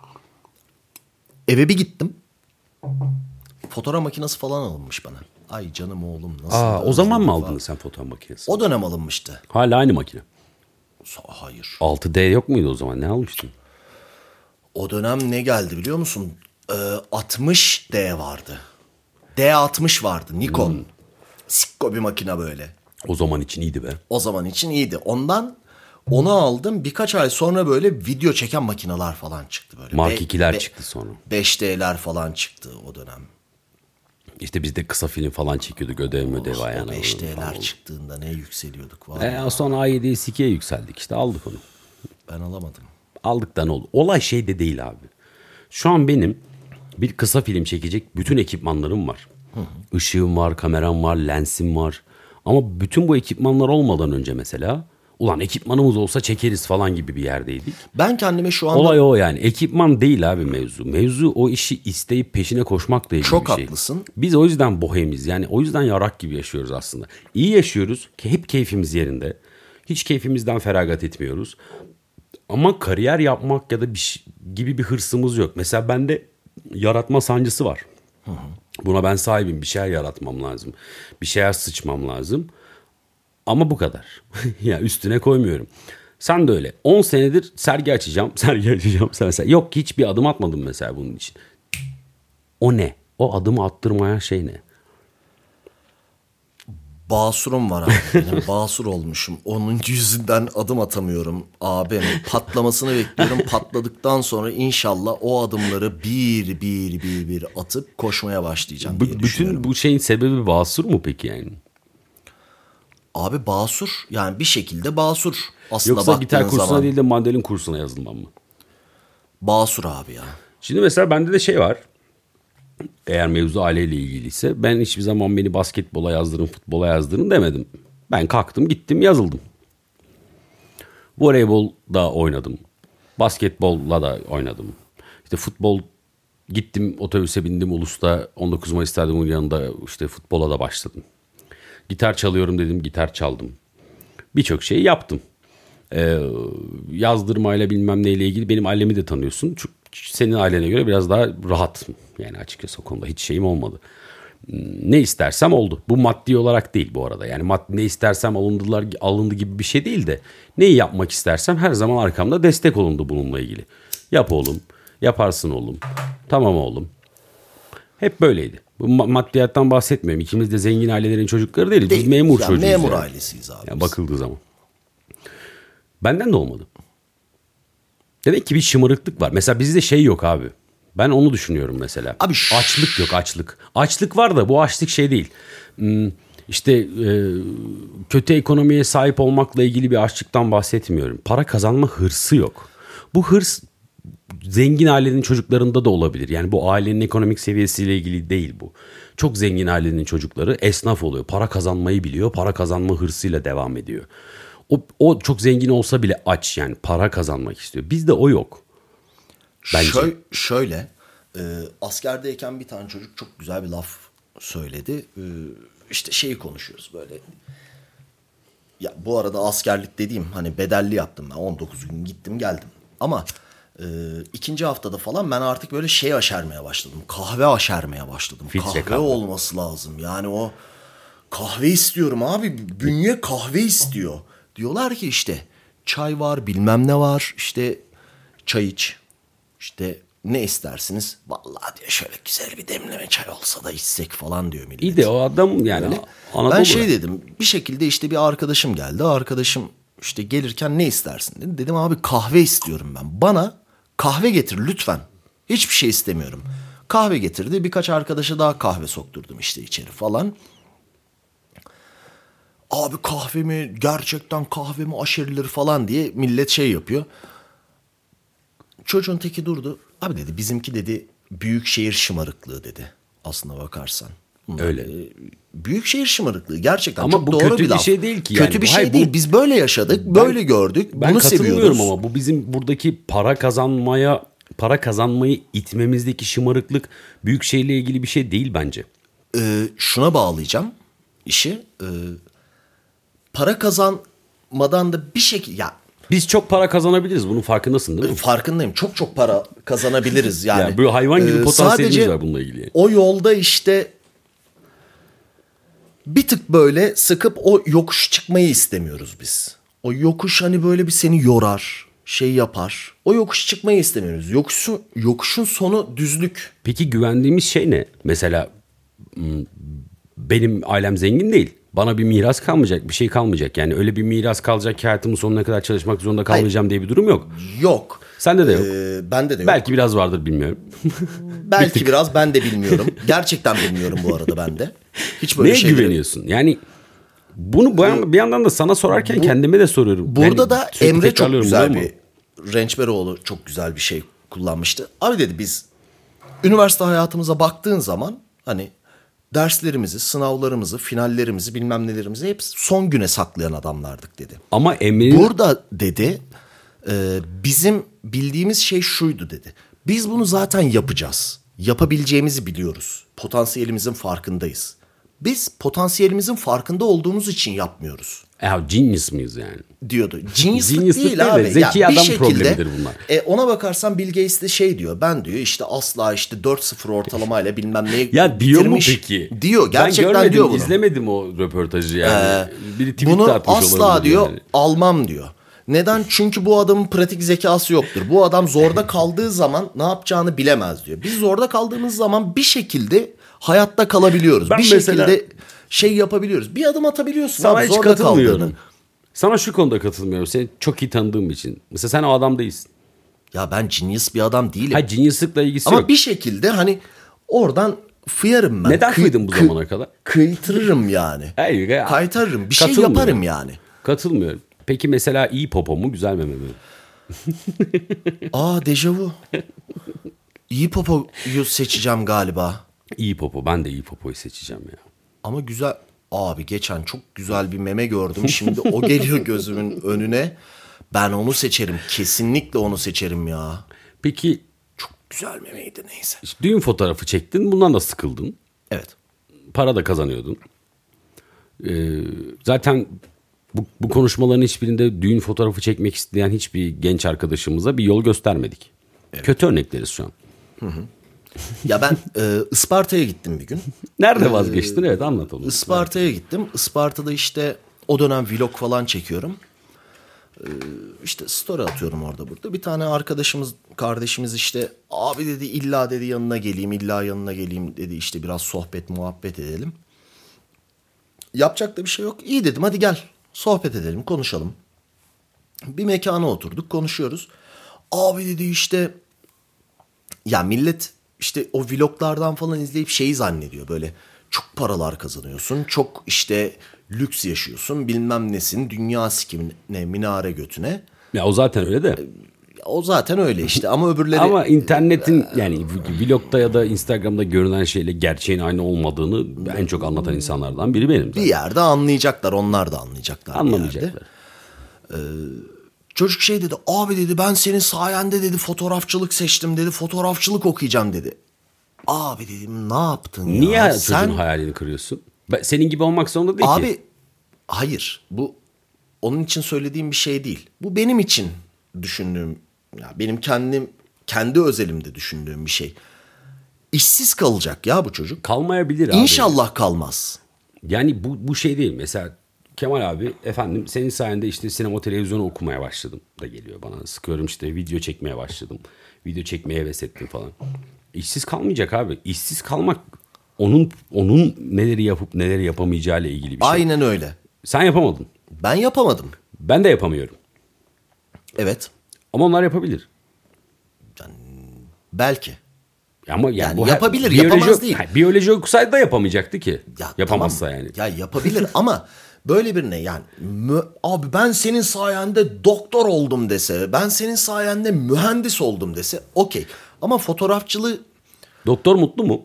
Eve bir gittim. Fotoğraf makinesi falan alınmış bana. Ay canım oğlum nasıl? Aa, da o zaman mı özledim aldın falan. sen fotoğraf makinesi? O dönem alınmıştı. Hala aynı makine. Hayır. altı D yok muydu o zaman? Ne almıştın? O dönem ne geldi biliyor musun? Ee, altmış D vardı. D altmış vardı Nikon. Hmm. Sikko bir makine böyle. O zaman için iyiydi be. O zaman için iyiydi. Ondan onu aldım. Birkaç ay sonra böyle video çeken makineler falan çıktı böyle. Mark Be- ikiler be- çıktı sonra. beş D'ler falan çıktı o dönem. İşte biz de kısa film falan çekiyorduk, ödev ödev ayağına. beş D'ler çıktığında ne yükseliyorduk var E, ya. sonra A yediye S ikiye yükseldik işte, aldık onu. Ben alamadım. Aldık da ne oldu? Olay şey de değil abi. Şu an benim bir kısa film çekecek bütün ekipmanlarım var. Hı hı. Işığım var, kameram var, lensim var. Ama bütün bu ekipmanlar olmadan önce mesela, ulan ekipmanımız olsa çekeriz falan gibi bir yerdeydik. Ben kendime şu anda... Olay o yani. Ekipman değil abi mevzu. Mevzu o işi isteyip peşine koşmakla ilgili Çok bir şey. haklısın. Biz o yüzden bohemiz. Yani o yüzden yarak gibi yaşıyoruz aslında. İyi yaşıyoruz. Hep keyfimiz yerinde. Hiç keyfimizden feragat etmiyoruz. Ama kariyer yapmak ya da bir şey, gibi bir hırsımız yok. Mesela bende yaratma sancısı var. Hı hı. Buna ben sahibim. Bir şeyler yaratmam lazım. Bir şeyler sıçmam lazım. Ama bu kadar. Ya üstüne koymuyorum. Sen de öyle. on senedir sergi açacağım, sergi açacağım. Sen mesela. Yok, hiçbir adım atmadım mesela bunun için. O ne? O adımı attırmayan şey ne? Basurum var abi. Benim basur olmuşum. Onun yüzünden adım atamıyorum abim. Patlamasını bekliyorum. Patladıktan sonra inşallah o adımları bir bir bir bir atıp koşmaya başlayacağım diye B- düşünüyorum. bütün bu şeyin sebebi basur mu peki yani? Abi basur, yani bir şekilde basur. Aslında Yoksa gitar kursuna zaman, değil de mandolin kursuna yazılmam mı? basur abi ya. Şimdi mesela bende de şey var. Eğer mevzu aileyle ilgiliyse, ben hiçbir zaman beni basketbola yazdırın, futbola yazdırın demedim. Ben kalktım, gittim, yazıldım. Voleybolda oynadım. Basketbolla da oynadım. İşte futbol, gittim otobüse bindim, Ulus'ta on dokuz Mayıs Stadyumu'nun yanında işte futbola da başladım. Gitar çalıyorum dedim, gitar çaldım. Birçok şeyi yaptım. Ee, yazdırmayla bilmem neyle ilgili benim ailemi de tanıyorsun. Çünkü senin ailene göre biraz daha rahat. Yani açıkçası o konuda hiç şeyim olmadı. Ne istersem oldu. Bu maddi olarak değil bu arada. Yani mad- ne istersem alındılar, alındı gibi bir şey değil de, neyi yapmak istersem her zaman arkamda destek olundu bununla ilgili. Yap oğlum, yaparsın oğlum, tamam oğlum. Hep böyleydi. Bu ma- maddiyattan bahsetmiyorum. İkimiz de zengin ailelerin çocukları değiliz. Biz Değil. memur Yani çocuğuyuz. memur yani. ailesiyiz abi. Yani bakıldığı zaman. Benden de olmadı. Demek ki bir şımarıklık var. Mesela bizde şey yok abi. Ben onu düşünüyorum mesela. Abi ş- açlık yok, açlık. Açlık var da bu açlık şey değil. Hmm, İşte e, kötü ekonomiye sahip olmakla ilgili bir açlıktan bahsetmiyorum. Para kazanma hırsı yok. Bu hırs zengin ailenin çocuklarında da olabilir. Yani bu ailenin ekonomik seviyesiyle ilgili değil bu. Çok zengin ailenin çocukları esnaf oluyor. Para kazanmayı biliyor. Para kazanma hırsıyla devam ediyor. O, o çok zengin olsa bile aç, yani para kazanmak istiyor. Bizde o yok. Bence. Şöyle, şöyle e, askerdeyken bir tane çocuk çok güzel bir laf söyledi. E, işte şeyi konuşuyoruz böyle. Ya bu arada askerlik dediğim hani bedelli yaptım ben. on dokuz gün gittim geldim. Ama e, ikinci haftada falan ben artık böyle şey aşermeye başladım. Kahve aşermeye başladım. Filtre kahve, kahve olması lazım. Yani o kahve istiyorum abi. Bünye kahve istiyor. Diyorlar ki işte çay var, bilmem ne var. İşte çay iç. İşte ne istersiniz? Vallahi diyor şöyle güzel bir demleme çay olsa da içsek falan diyor millet. İyi de o adam yani Öyle. Anadolu. Ben şey dedim, bir şekilde işte bir arkadaşım geldi. Arkadaşım işte gelirken ne istersin dedi. Dedim abi kahve istiyorum ben. Bana kahve getir lütfen. Hiçbir şey istemiyorum. Kahve getirdi. Birkaç arkadaşa daha kahve sokturdum işte içeri falan. Abi kahve mi, gerçekten kahve mi aşerilir falan diye millet şey yapıyor. Çocuğun teki durdu. Abi dedi bizimki dedi büyük şehir şımarıklığı dedi. Aslına bakarsan. Bunlar Öyle. e, büyük şehir şımarıklığı gerçekten Ama çok bu doğru kötü bir bir laf. şey değil ki yani. Kötü bir Hayır, şey bu- değil. Biz böyle yaşadık, böyle gördük. Ben bunu katılmıyorum seviyoruz. ama bu bizim buradaki para kazanmaya para kazanmayı itmemizdeki şımarıklık büyük şeyle ilgili bir şey değil bence. Ee, şuna bağlayacağım işi. Ee, para kazanmadan da bir şekilde ya Biz çok para kazanabiliriz. Bunun farkındasın değil mi? farkındayım. Çok çok para kazanabiliriz yani. Yani böyle hayvan gibi Ee, potansiyelimiz sadece var bununla ilgili. o yolda işte bir tık böyle sıkıp o yokuş çıkmayı istemiyoruz biz. O yokuş hani böyle bir seni yorar, şey yapar. O yokuş çıkmayı istemiyoruz. Yokuşun, yokuşun sonu düzlük. Peki güvendiğimiz şey ne? Mesela m, benim ailem zengin değil. bana bir miras kalmayacak, bir şey kalmayacak. Yani öyle bir miras kalacak ki hayatımın sonuna kadar çalışmak zorunda kalmayacağım Hayır. diye bir durum yok. Yok. Sende de yok. Ee, bende de yok. Belki biraz vardır, bilmiyorum. Belki biraz, ben de bilmiyorum. Gerçekten bilmiyorum bu arada ben de. Hiç böyle Neye şeyleri... güveniyorsun? Yani bunu bu bir yandan da sana sorarken bu, kendime de soruyorum. Burada yani da Emre çok güzel bir, Rençberoğlu çok güzel bir şey kullanmıştı. Abi dedi, biz üniversite hayatımıza baktığın zaman hani derslerimizi, sınavlarımızı, finallerimizi, bilmem nelerimizi hep son güne saklayan adamlardık dedi. Ama Emre'nin... Burada dedi e, bizim bildiğimiz şey şuydu dedi. Biz bunu zaten yapacağız. Yapabileceğimizi biliyoruz. Potansiyelimizin farkındayız. Biz potansiyelimizin farkında olduğumuz için yapmıyoruz. Ya genius mıyız yani? Diyordu. Genius'lık değil, değil abi. Zeki ya, adam şekilde, problemidir bunlar. E, ona bakarsan Bill Gates de şey diyor. Ben diyor işte asla işte dört sıfır ortalamayla bilmem neye ya diyor bitirmiş. Mu peki? Diyor. Gerçekten ben görmedim, diyor bunu. İzlemedim o röportajı yani. Ee, Biri tweet bunu atmış olabilir. asla diyor yani. almam diyor. Neden? Çünkü bu adamın pratik zekası yoktur. Bu adam zorda kaldığı zaman ne yapacağını bilemez diyor. Biz zorda kaldığımız zaman bir şekilde hayatta kalabiliyoruz. Ben bir mesela, şekilde şey yapabiliyoruz. Bir adım atabiliyorsun. Sana abi, hiç zorda katılmıyorum. Kaldığını. Sana şu konuda katılmıyorum. Seni çok iyi tanıdığım için. Mesela sen o adam değilsin. Ya ben genius bir adam değilim. Ha, geniuslıkla ilgisi Ama yok. Ama bir şekilde hani oradan fıyarım ben. Neden fıydın bu kı- zamana kadar? Kıytırırım yani. Hayır ya. Kaytarırım. Bir şey yaparım yani. Katılmıyorum. Peki mesela iyi popo mu, güzel meme mi? Aa, dejavu. İyi popoyu seçeceğim galiba. İyi popo. Ben de iyi popoyu seçeceğim ya. Ama güzel. Abi geçen çok güzel bir meme gördüm. Şimdi o geliyor gözümün önüne. Ben onu seçerim. Kesinlikle onu seçerim ya. Peki. Çok güzel memeydi, neyse. İşte düğün fotoğrafı çektin. Bundan da sıkıldın. Evet. Para da kazanıyordun. Ee, zaten bu, bu konuşmaların hiçbirinde düğün fotoğrafı çekmek isteyen hiçbir genç arkadaşımıza bir yol göstermedik. Evet. Kötü örnekleriz şu an. Hı hı. Ya ben e, Isparta'ya gittim bir gün. Nerede vazgeçtin? Evet, anlat onu. Isparta'ya gittim. Isparta'da işte o dönem vlog falan çekiyorum. Ee, işte story atıyorum orada burada. Bir tane arkadaşımız, kardeşimiz işte abi dedi illa dedi yanına geleyim, illa yanına geleyim dedi, işte biraz sohbet muhabbet edelim. Yapacak da bir şey yok. İyi dedim, hadi gel sohbet edelim, konuşalım. Bir mekana oturduk, konuşuyoruz. Abi dedi işte ya millet işte o vloglardan falan izleyip şeyi zannediyor, böyle çok paralar kazanıyorsun, çok işte lüks yaşıyorsun, bilmem nesin, dünya sikimine, minare götüne. Ya o zaten öyle de. O zaten öyle işte ama öbürleri... Ama internetin yani vlogda ya da Instagram'da görünen şeyle gerçeğin aynı olmadığını en çok anlatan insanlardan biri benim zaten. Bir yerde anlayacaklar, onlar da anlayacaklar. Anlamayacaklar. Ee, çocuk şey dedi, abi dedi ben senin sayende dedi fotoğrafçılık seçtim dedi, fotoğrafçılık okuyacağım dedi. Abi dedim ne yaptın ya? Niye çocuğun sen... hayalini kırıyorsun? Ben, senin gibi olmak zorunda değil abi, ki. Abi hayır, bu onun için söylediğim bir şey değil. Bu benim için düşündüğüm, ya benim kendim kendi özelimde düşündüğüm bir şey. İşsiz kalacak ya bu çocuk. Kalmayabilir abi. İnşallah kalmaz. Yani bu bu şey değil. Mesela Kemal abi, efendim senin sayende işte sinema televizyonu okumaya başladım da geliyor bana. Sıkıyorum işte, video çekmeye başladım. Video çekmeye heves ettim falan. İşsiz kalmayacak abi. İşsiz kalmak onun onun neleri yapıp neleri yapamayacağı ile ilgili bir şey. Aynen öyle. Sen yapamadın. Ben yapamadım. Ben de yapamıyorum. Evet. Ama onlar yapabilir. Yani, belki. Ama yani, yani bu yapabilir, biyoloji, yapamaz değil. Biyoloji okusaydı da yapamayacaktı ki. Ya, Yapamazsa tamam. yani. Ya yapabilir ama böyle birine yani mü, abi ben senin sayende doktor oldum dese, ben senin sayende mühendis oldum dese okey. Ama fotoğrafçılığı... Doktor mutlu mu?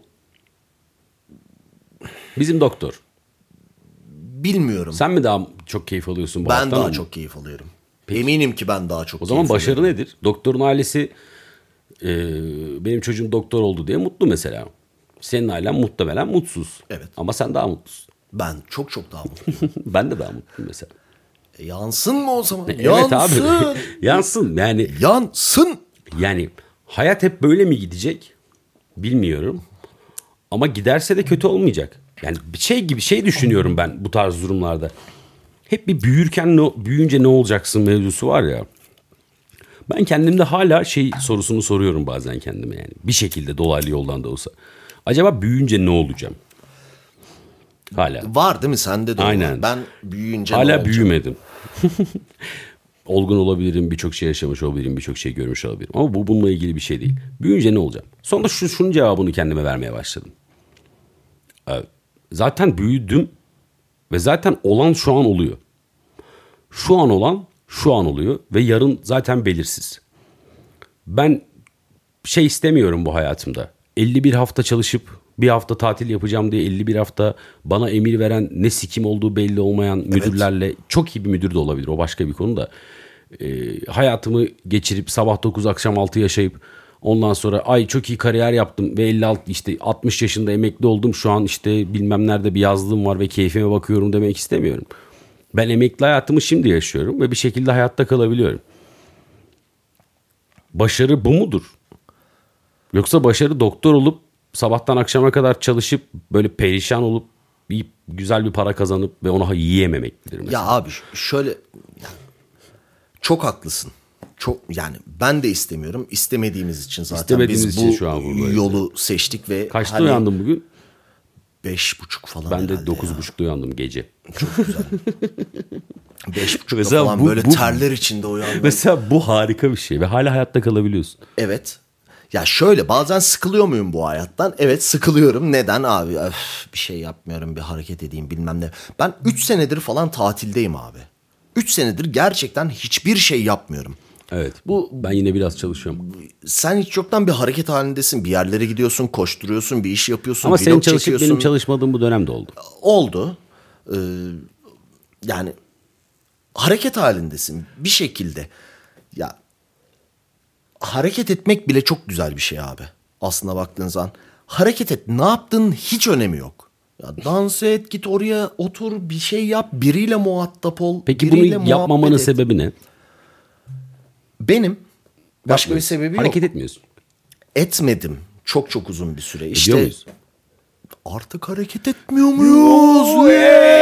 Bizim doktor. Bilmiyorum. Sen mi daha çok keyif alıyorsun bu Ben daha mı? çok keyif alıyorum. Peki. Eminim ki ben daha çok O zaman başarı alıyorum. nedir? Doktorun ailesi e, benim çocuğum doktor oldu diye mutlu mesela. Senin ailen muhtemelen mutsuz. Evet. Ama sen daha mutlusun. Ben çok çok daha mutluyum. Ben de daha mutluyum mesela. E, yansın mı o zaman? Evet yansın. abi. Yansın yani. Yansın. Yani hayat hep böyle mi gidecek? Bilmiyorum. Ama giderse de kötü olmayacak. Yani bir şey gibi şey düşünüyorum ben bu tarz durumlarda. Hep bir büyürken ne, büyüyünce ne olacaksın mevzusu var ya. Ben kendimde hala şey sorusunu soruyorum bazen kendime yani. Bir şekilde dolaylı yoldan da olsa. Acaba büyüyünce ne olacağım? Hala. Var değil mi? Sende de Aynen. var. Ben büyüyünce Hala büyümedim. Olgun olabilirim, birçok şey yaşamış olabilirim, birçok şey görmüş olabilirim. Ama bu bununla ilgili bir şey değil. Büyüyünce ne olacağım? Sonra şu, şunun cevabını kendime vermeye başladım. Ee, zaten büyüdüm ve zaten olan şu an oluyor. Şu an olan şu an oluyor ve yarın zaten belirsiz. Ben şey istemiyorum bu hayatımda. elli bir hafta çalışıp bir hafta tatil yapacağım diye elli bir hafta bana emir veren, ne sikim olduğu belli olmayan müdürlerle, evet. Çok iyi bir müdür de olabilir, o başka bir konu da. Ee, hayatımı geçirip sabah dokuz akşam altı yaşayıp ondan sonra ay çok iyi kariyer yaptım ve elli altı işte altmış yaşında emekli oldum, şu an işte bilmem nerede bir yazlığım var ve keyfime bakıyorum demek istemiyorum. Ben emekli hayatımı şimdi yaşıyorum ve bir şekilde hayatta kalabiliyorum. Başarı bu mudur? Yoksa başarı doktor olup sabahtan akşama kadar çalışıp böyle perişan olup bir güzel bir para kazanıp ve onu yiyememek midir mesela? Ya abi şöyle ya, çok haklısın. Çok yani ben de istemiyorum. İstemediğimiz için zaten İstemediğimiz biz için bu şu an buradayız. yolu seçtik ve kaçta hani, uyandın bugün? Beş buçuk falan. Ben de dokuz buçukta uyandım gece. Çok güzel. Beş buçukta mesela falan bu, böyle bu, terler içinde uyandım. Mesela bu harika bir şey ve hala hayatta kalabiliyorsun. Evet. Ya şöyle, bazen sıkılıyor muyum bu hayattan? Evet, sıkılıyorum. Neden abi? Öf, bir şey yapmıyorum, bir hareket edeyim bilmem ne. Ben üç senedir falan tatildeyim abi. üç senedir gerçekten hiçbir şey yapmıyorum. Evet. Bu ben yine biraz çalışıyorum. Sen hiç yoktan bir hareket halindesin. Bir yerlere gidiyorsun, koşturuyorsun, bir iş yapıyorsun. Ama senin çalışıp çekiyorsun. benim çalışmadığım bu dönemde oldu. Oldu. Ee, yani hareket halindesin bir şekilde. Ya hareket etmek bile çok güzel bir şey abi. Aslına baktığın zaman. Hareket et. Ne yaptığın hiç önemi yok. Ya dans et, git oraya otur, bir şey yap. Biriyle muhatap ol. Peki biriyle bunu yapmamanın et. sebebi ne? Benim başka bir sebebi yok. Hareket etmiyorsun. Etmedim. Çok çok uzun bir süre. İşte Ediyor muyuz? Artık hareket etmiyor muyuz?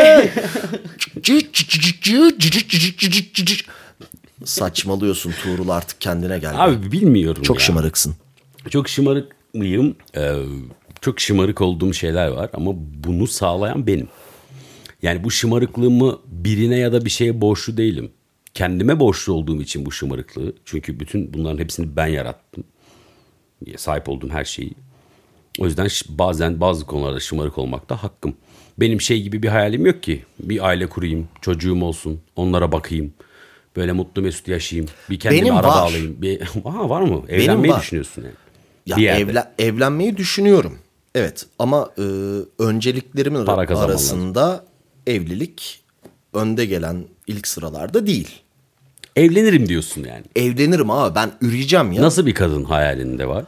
Saçmalıyorsun Tuğrul, artık kendine gel. Abi bilmiyorum Çok ya. şımarıksın. Çok şımarık mıyım? Ee, çok şımarık olduğum şeyler var ama bunu sağlayan benim. Yani bu şımarıklığımı birine ya da bir şeye borçlu değilim. Kendime borçlu olduğum için bu şımarıklığı. Çünkü bütün bunların hepsini ben yarattım. Sahip olduğum her şeyi. O yüzden bazen bazı konularda şımarık olmak da hakkım. Benim şey gibi bir hayalim yok ki. Bir aile kurayım, çocuğum olsun, onlara bakayım. Böyle mutlu mesut yaşayayım. Bir kendime Benim araba var. alayım. Bir... Aha, var mı? Evlenmeyi var. düşünüyorsun yani. Ya evlen, evlenmeyi düşünüyorum. Evet ama e, önceliklerimin arasında evlilik önde gelen ilk sıralarda değil. Evlenirim diyorsun yani. Evlenirim abi, ben üreyeceğim ya. Nasıl bir kadın hayalinde var?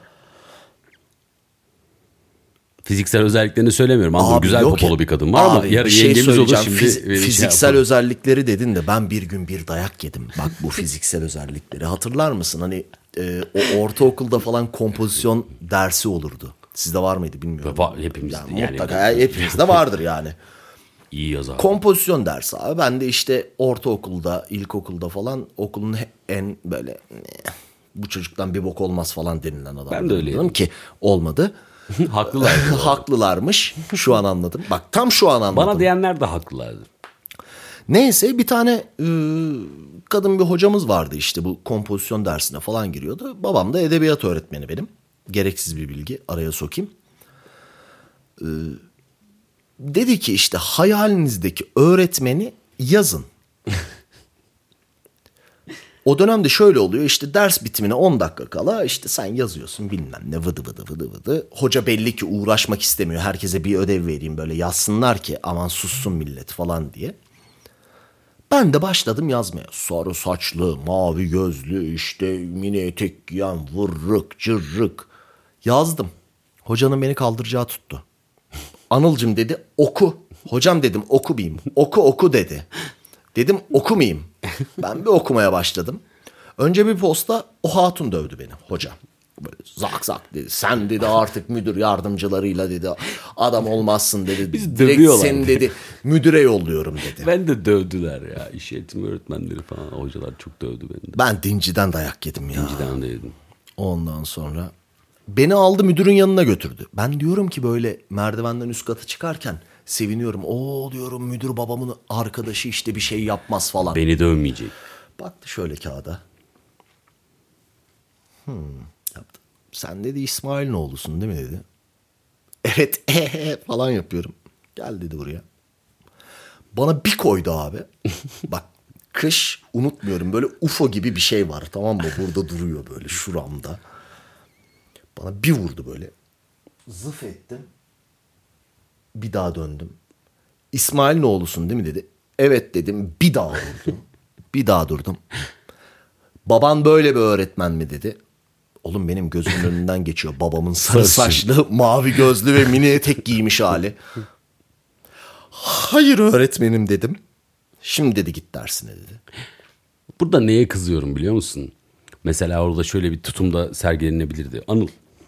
Fiziksel özelliklerini söylemiyorum. Anladım, güzel popolu bir kadın var abi, ama yarın şey yengemiz olur şimdi. Fiz- fiziksel şey özellikleri dedin de ben bir gün bir dayak yedim. Bak bu fiziksel özellikleri. Hatırlar mısın? Hani e, o ortaokulda falan kompozisyon dersi olurdu. Sizde var mıydı bilmiyorum. Va- hepimizde yani. yani. Mutlaka hepimizde vardır yani. İyi yazar. Kompozisyon dersi abi. Ben de işte ortaokulda, ilkokulda falan okulun en böyle bu çocuktan bir bok olmaz falan denilen adam. Ben de öyleydim. Ki olmadı. Haklılar. Haklılarmış. Şu an anladım. Bak tam şu an anladım. Bana diyenler de haklılardır. Neyse bir tane e, kadın bir hocamız vardı, işte bu kompozisyon dersine falan giriyordu. Babam da edebiyat öğretmeni benim. Gereksiz bir bilgi araya sokayım. E, dedi ki işte hayalinizdeki öğretmeni yazın. O dönemde şöyle oluyor, işte ders bitimine on dakika kala işte sen yazıyorsun bilmem ne vıdı vıdı vıdı vıdı. Hoca belli ki uğraşmak istemiyor. Herkese bir ödev vereyim böyle yazsınlar ki aman sussun millet falan diye. Ben de başladım yazmaya. Sarı saçlı, mavi gözlü, işte mini etek giyen, vırrık, cırrık. Yazdım. Hocanın beni kaldıracağı tuttu. Anılcım dedi oku. Hocam dedim okumayayım. Oku oku dedi. Dedim okumayayım. Ben bir okumaya başladım. Önce bir posta o hatun dövdü beni hoca. Böyle zak zak dedi. Sen dedi artık müdür yardımcılarıyla dedi adam olmazsın dedi. Biz direkt seni dedi müdüre yolluyorum dedi. Ben de dövdüler ya. İş eğitimi öğretmenleri falan, hocalar çok dövdü beni de. Ben dinciden dayak yedim ya. Dinciden de yedim. Ondan sonra beni aldı müdürün yanına götürdü. Ben diyorum ki böyle merdivenden üst kata çıkarken Seviniyorum. Oo diyorum, müdür babamın arkadaşı işte bir şey yapmaz falan. Beni dövmeyecek. Baktı şöyle kağıda. Hmm, yaptı. Sen dedi İsmail'in oğlusun değil mi dedi. Evet ee falan yapıyorum. Gel dedi buraya. Bana bir koydu abi. Bak kış unutmuyorum, böyle U F O gibi bir şey var, tamam mı? Burada duruyor böyle şuramda. Bana bir vurdu böyle. Zıf ettim. Bir daha döndüm. İsmail'in oğlusun değil mi dedi. Evet dedim. Bir daha vurdum. Bir daha durdum. Baban böyle bir öğretmen mi dedi. Oğlum benim gözümün önünden geçiyor. Babamın sarı saçlı, mavi gözlü ve mini etek giymiş hali. Hayır öğretmenim dedim. Şimdi dedi git dersine dedi. Burada neye kızıyorum biliyor musun? Mesela orada şöyle bir tutumda sergilenebilirdi. Anıl,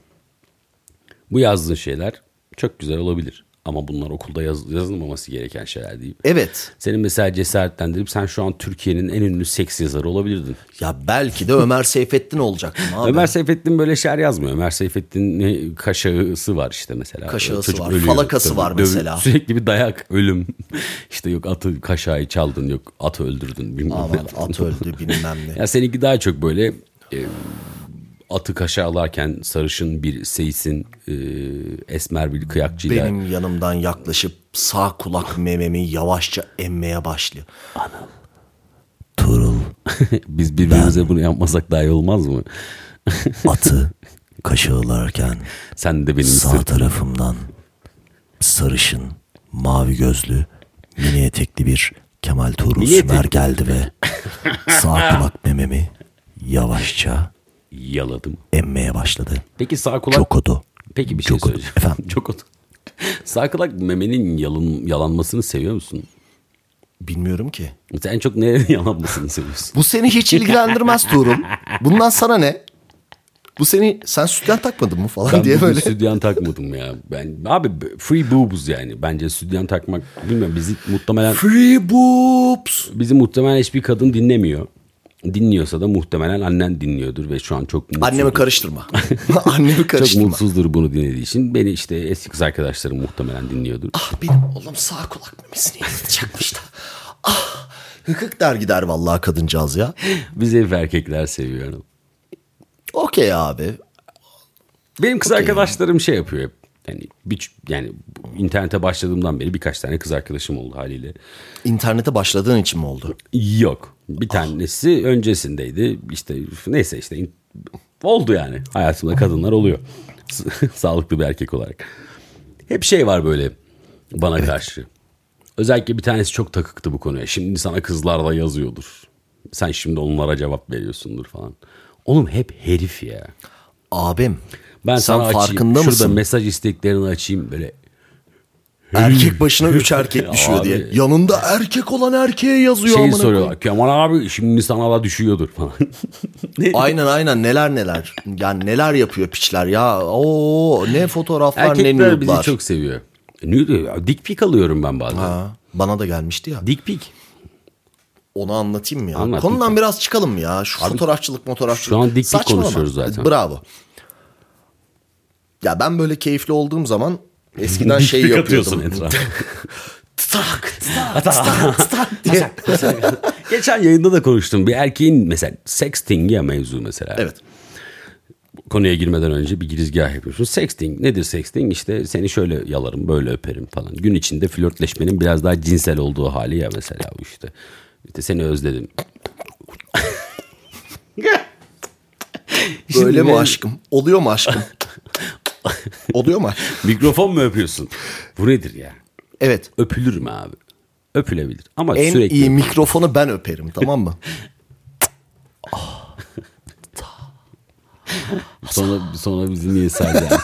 bu yazdığın şeyler çok güzel olabilir. Ama bunlar okulda yaz, yazılmaması gereken şeyler değil. Evet. Senin mesela cesaretlendirip sen şu an Türkiye'nin en ünlü seks yazarı olabilirdin. Ya belki de Ömer Seyfettin olacaktım abi. Ömer Seyfettin böyle şiir yazmıyor. Ömer Seyfettin'in kaşağısı var işte mesela. Kaşağısı Çocuk var, ölüyor. falakası Tabii, var dövü- mesela. Sürekli bir dayak, ölüm. İşte yok atı kaşağı çaldın, yok atı öldürdün. Bilmem Aman ne. at öldü bilmem ne. Ya seninki daha çok böyle e, atı kaşağılarken sarışın bir seysin, e, esmer bir kıyakçıyla. Benim yanımdan yaklaşıp sağ kulak mememi yavaşça emmeye başlıyor. Anam. Turul. Biz birbirimize bunu yapmasak daha iyi olmaz mı? Atı kaşığılarken Sen de benim sağ sırtım. tarafımdan sarışın, mavi gözlü, mini etekli bir Kemal Tuğrul Mini Sümer etekli. geldi ve sağ kulak mememi yavaşça Yaladım. emmeye başladı. Peki sağ kulak... Çok odu. Peki bir şey Çok odu. söyleyeceğim. Efendim? Çok odu. Sağ kulak memenin yalın, yalanmasını seviyor musun? Bilmiyorum ki. Sen en çok nerenin yalanmasını seviyorsun? Bu seni hiç ilgilendirmez Tuğrul. Bundan sana ne? Bu seni, sen sütyen takmadın mı falan Ben diye bugün böyle. sütyen takmadım ya. Ben abi free boobs yani. Bence sütyen takmak, bilmiyorum, bizi muhtemelen Free boobs. bizi muhtemelen hiçbir kadın dinlemiyor. Dinliyorsa da muhtemelen annen dinliyordur ve şu an çok mutsuzdur. Annemi karıştırma. Annemi Çok karıştırma. mutsuzdur bunu dinlediği için. Beni işte eski kız arkadaşlarım muhtemelen dinliyordur. Ah benim oğlum sağ kulak memesini yalatacakmış da. Ah hıkık der gider vallahi kadıncağız ya. Bizi hep erkekler seviyor. Yani. Okey abi. Benim kız Okey. arkadaşlarım şey yapıyor hep. Yani bir, yani bu internete başladığımdan beri birkaç tane kız arkadaşım oldu haliyle. İnternete başladığın için mi oldu? Yok. Bir tanesi öncesindeydi. İşte neyse işte in- oldu yani. Hayatımda kadınlar oluyor. Sağlıklı bir erkek olarak. Hep şey var böyle bana karşı. Özellikle bir tanesi çok takıktı bu konuya. Şimdi sana kızlar da yazıyordur. Sen şimdi onlara cevap veriyorsundur falan. Oğlum hep herif ya. Abim Ben sen sana açayım. farkında Şurada mısın? mesaj isteklerini açayım böyle. Erkek başına üç erkek düşüyor Abi. diye. Yanında erkek olan erkeğe yazıyor. Şeyi amına soruyorlar. Kemal abi şimdi sana da düşüyordur falan. Ne? Aynen aynen neler neler. Yani neler yapıyor piçler ya. Oo ne fotoğraflar ne Erkekler bizi nude'lar. çok seviyor. Nude, dick pic alıyorum ben bazen. Ha, bana da gelmişti ya. Dick pic. Onu anlatayım mı ya? Anlat, Konudan lütfen. biraz çıkalım mı ya? Şu fotoğrafçılık fotoğrafçılık. şu an dik dik Saçmalama. konuşuyoruz zaten. Bravo. Ya ben böyle keyifli olduğum zaman eskiden Dick şey pic yapıyordum. atıyorsun etrafa. Tak tak tak tak diye. Geçen yayında da konuştum. Bir erkeğin mesela sexting ya mevzu mesela. Evet. Konuya girmeden önce bir girizgah yapıyorsun. Sexting nedir sexting? İşte seni şöyle yalarım, böyle öperim falan. Gün içinde flörtleşmenin biraz daha cinsel olduğu hali ya mesela bu işte. İşte seni özledim. Böyle mi ben- aşkım? Oluyor mu aşkım? Oluyor mu? Mikrofon mu öpüyorsun? Bu nedir ya? Evet. Öpülür mü abi? Öpülebilir. Ama En sürekli iyi mikrofonu ben öperim, tamam mı? Sonra, sonra bizi niye sardı?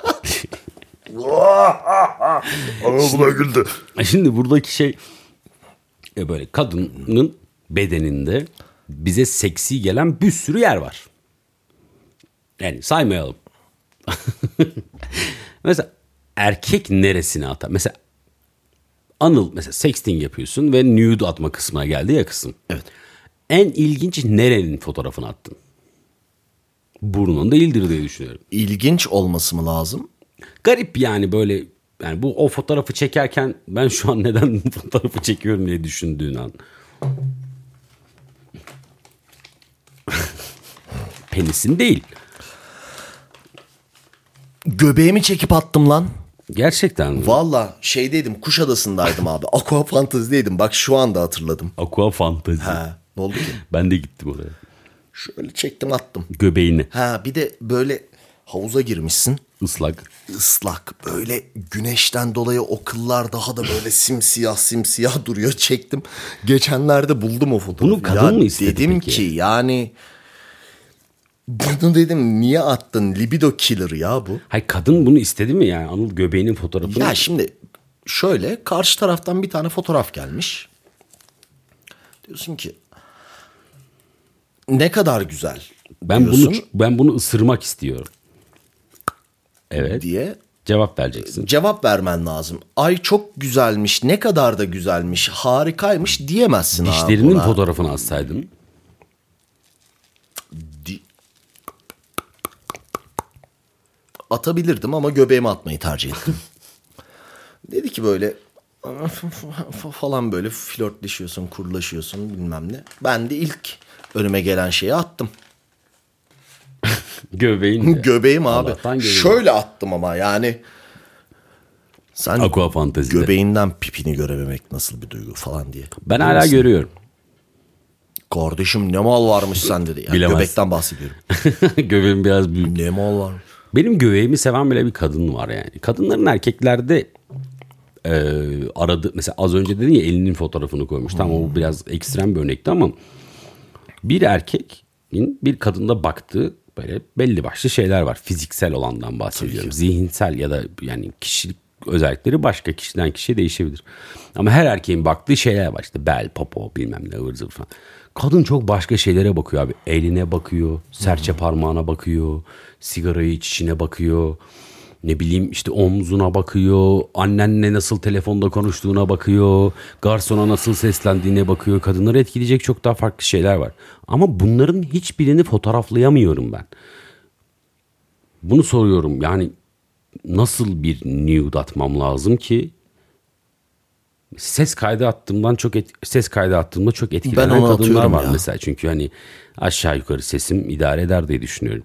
Buna güldü. Şimdi buradaki şey e böyle kadının bedeninde bize seksi gelen bir sürü yer var. Yani saymayalım. Mesela erkek neresine atar? Mesela Anıl mesela sexting yapıyorsun ve nude atma kısmına geldi ya kısım. Evet. En ilginç nerenin fotoğrafını attın? Burnun değildir diye düşünüyorum. İlginç olması mı lazım? Garip yani böyle Yani bu o fotoğrafı çekerken ben şu an neden bu fotoğrafı çekiyorum diye düşündüğün an. Penisin değil. Göbeğimi çekip attım lan. Gerçekten mi? Valla şeydeydim, Kuşadası'ndaydım abi. Aqua Fantasy'deydim. Bak şu anda hatırladım. Aqua Fantasy. Ha, ne oldu ki? Ben de gittim oraya. Şöyle çektim attım. Göbeğini. Ha bir de böyle havuza girmişsin. Islak. Islak böyle güneşten dolayı o kıllar daha da böyle simsiyah simsiyah duruyor. Çektim. Geçenlerde buldum o fotoğrafı. Bunu kadın ya mı istedi dedim peki? ki yani bunu dedim niye attın? Libido killer ya bu. Hayır, kadın bunu istedi mi yani? Anıl göbeğinin fotoğrafını. Ya şimdi şöyle karşı taraftan bir tane fotoğraf gelmiş. Diyorsun ki ne kadar güzel ben diyorsun bunu ben bunu ısırmak istiyorum. Evet. diye Cevap vereceksin. cevap vermen lazım. Ay çok güzelmiş, ne kadar da güzelmiş, harikaymış diyemezsin abi Dişlerinin buna. fotoğrafını atsaydın. Di- Atabilirdim ama göbeğime atmayı tercih ettim. Dedi ki böyle falan böyle flörtleşiyorsun, kurlaşıyorsun bilmem ne. Ben de ilk önüme gelen şeyi attım. Göbeğin de. Göbeğim abi. Allah'tan göbeğim. Şöyle attım ama yani. Sen Aqua Fantasy'de. göbeğinden pipini görememek nasıl bir duygu falan diye. Ben Değil hala misin? görüyorum. Kardeşim ne mal varmış sende de. Yani Bilemez. göbekten bahsediyorum. Göbeğim biraz büyük. Ne mal var. Benim göbeğimi seven bile bir kadın var yani. Kadınların erkeklerde e, aradı. Mesela az önce dedin ya elinin fotoğrafını koymuş. Tamam o biraz ekstrem bir örnekti ama bir erkeğin bir kadında baktığı böyle belli başlı şeyler var. Fiziksel olandan bahsediyorum. Zihinsel ya da yani kişilik özellikleri başka kişiden kişiye değişebilir. Ama her erkeğin baktığı şeyler var. İşte bel, popo bilmem ne ıvır zıvır falan. Kadın çok başka şeylere bakıyor abi. Eline bakıyor, serçe parmağına bakıyor, sigarayı içişine bakıyor. Ne bileyim işte omzuna bakıyor, annenle nasıl telefonda konuştuğuna bakıyor, garsona nasıl seslendiğine bakıyor. Kadınları etkileyecek çok daha farklı şeyler var. Ama bunların hiçbirini fotoğraflayamıyorum ben. Bunu soruyorum yani nasıl bir nude atmam lazım ki ses kaydı attığımdan çok et, ses kaydı attığımda çok etkilenen Ben onu kadınlar atıyorum var ya. mesela. Çünkü hani aşağı yukarı sesim idare eder diye düşünüyorum.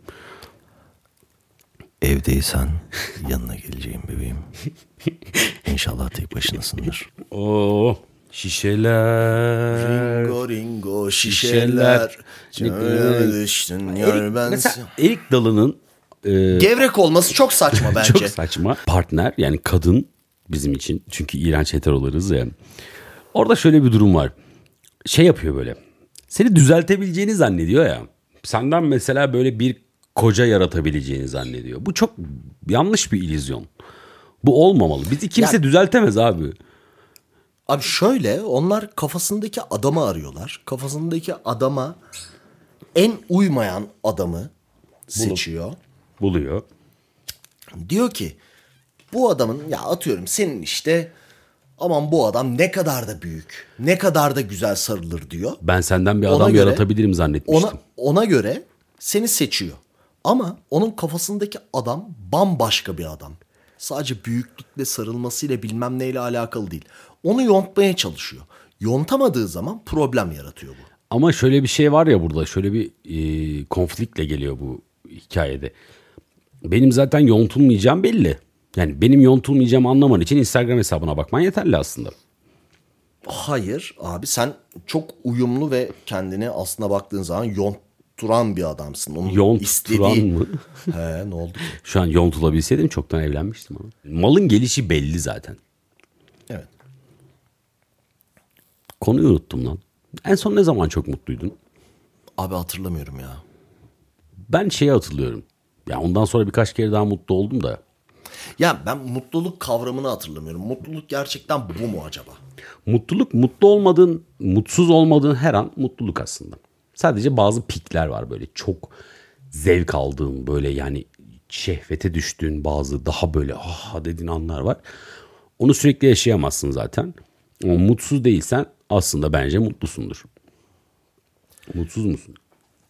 Evdeysen yanına geleceğim bebeğim. İnşallah tek başınasındır. Oo şişeler. Ringo ringo şişeler. şişeler. Düştün yar Erik, ben. mesela Erik Dalı'nın e, Gevrek olması çok saçma bence. çok saçma partner yani kadın bizim için çünkü iğrenç heterolarız ya. Orada şöyle bir durum var. Şey yapıyor böyle. Seni düzeltebileceğini zannediyor ya. Senden mesela böyle bir koca yaratabileceğini zannediyor. Bu çok yanlış bir illüzyon. Bu olmamalı. Bizi kimse Ya- düzeltemez abi. Abi şöyle onlar kafasındaki adamı arıyorlar. Kafasındaki adama en uymayan adamı seçiyor. Buluyor. Diyor ki bu adamın ya atıyorum senin işte aman bu adam ne kadar da büyük, ne kadar da güzel sarılır diyor. Ben senden bir Ona adam göre- yaratabilirim zannetmiştim. Ona ona göre seni seçiyor. Ama onun kafasındaki adam bambaşka bir adam. Sadece büyüklükle sarılmasıyla bilmem neyle alakalı değil. Onu yontmaya çalışıyor. Yontamadığı zaman problem yaratıyor bu. Ama şöyle bir şey var ya burada. Şöyle bir e, konfliktle geliyor bu hikayede. Benim zaten yontulmayacağım belli. Yani benim yontulmayacağımı anlaman için Instagram hesabına bakman yeterli aslında. Hayır abi sen çok uyumlu ve kendini aslına baktığın zaman yontturan bir adamsın. Onun Yontturan istediği... mı? He ne oldu ki? Şu an yontulabilseydim çoktan evlenmiştim ama. Malın gelişi belli zaten. Evet. Konuyu unuttum lan. En son ne zaman çok mutluydun? Abi hatırlamıyorum ya. Ben şeyi hatırlıyorum. Ya ondan sonra birkaç kere daha mutlu oldum da. Ya ben mutluluk kavramını hatırlamıyorum. Mutluluk gerçekten bu mu acaba? Mutluluk mutlu olmadığın, mutsuz olmadığın her an mutluluk aslında. Sadece bazı pikler var böyle çok zevk aldığın böyle yani şehvete düştüğün bazı daha böyle ah dediğin anlar var. Onu sürekli yaşayamazsın zaten. Ama mutsuz değilsen aslında bence mutlusundur. Mutsuz musun?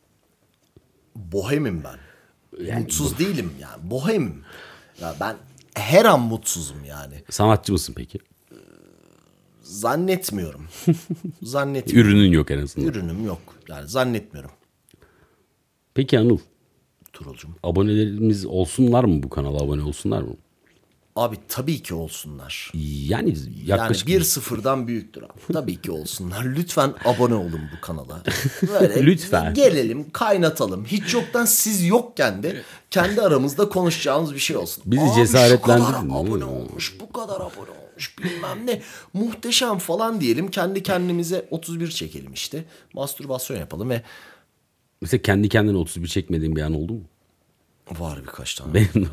Bohemim ben. Yani Mutsuz değilim yani. Bohemim. Ya ben her an mutsuzum yani. Sanatçı mısın peki? Zannetmiyorum. Zannetmiyorum. Ürünün yok en azından. Ürünüm yok. Yani zannetmiyorum. Peki Anıl, Turulcum. abonelerimiz olsunlar mı, bu kanala abone olsunlar mı? Abi tabii ki olsunlar. Yani yaklaşık... Yani bir sıfırdan büyüktür abi. Tabii ki olsunlar. Lütfen abone olun bu kanala. Böyle Lütfen. Gelelim, kaynatalım. Hiç yoktan siz yokken de kendi aramızda konuşacağımız bir şey olsun. Bizi Abi cesaretlendirdin, şu kadar değil mi? abone olmuş, bu kadar abone olmuş bilmem ne. Muhteşem falan diyelim. Kendi kendimize otuz bir çekelim işte. Mastürbasyon yapalım ve... Mesela kendi kendine otuz bir çekmediğin bir an oldu mu? Var birkaç tane. Benim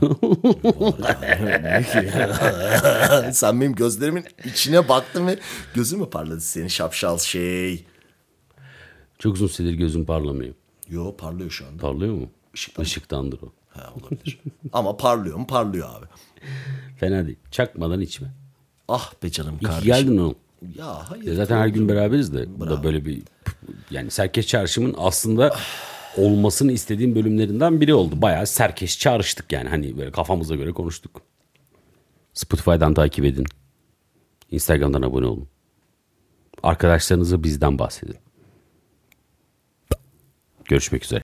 Var ya. Sen benim gözlerimin içine baktın ve gözüm mü parladı senin şapşal şey? Çok uzun süredir gözüm parlamıyor. Yo parlıyor şu anda. Parlıyor mu? Işıktan mı? Işıktandır o. Ha, olabilir. Ama parlıyor mu? Parlıyor abi. Fena değil. Çakmadan içme. Ah be canım İyi ki kardeşim. geldin oğlum. Ya hayır. Ya zaten her gün beraberiz de. Bu da böyle bir, yani Serkeş Çağrışım'ın aslında olmasını istediğim bölümlerinden biri oldu. Bayağı serkeş çağrıştık yani. Hani böyle kafamıza göre konuştuk. Spotify'dan takip edin. Instagram'dan abone olun. Arkadaşlarınıza bizden bahsedin. Görüşmek üzere.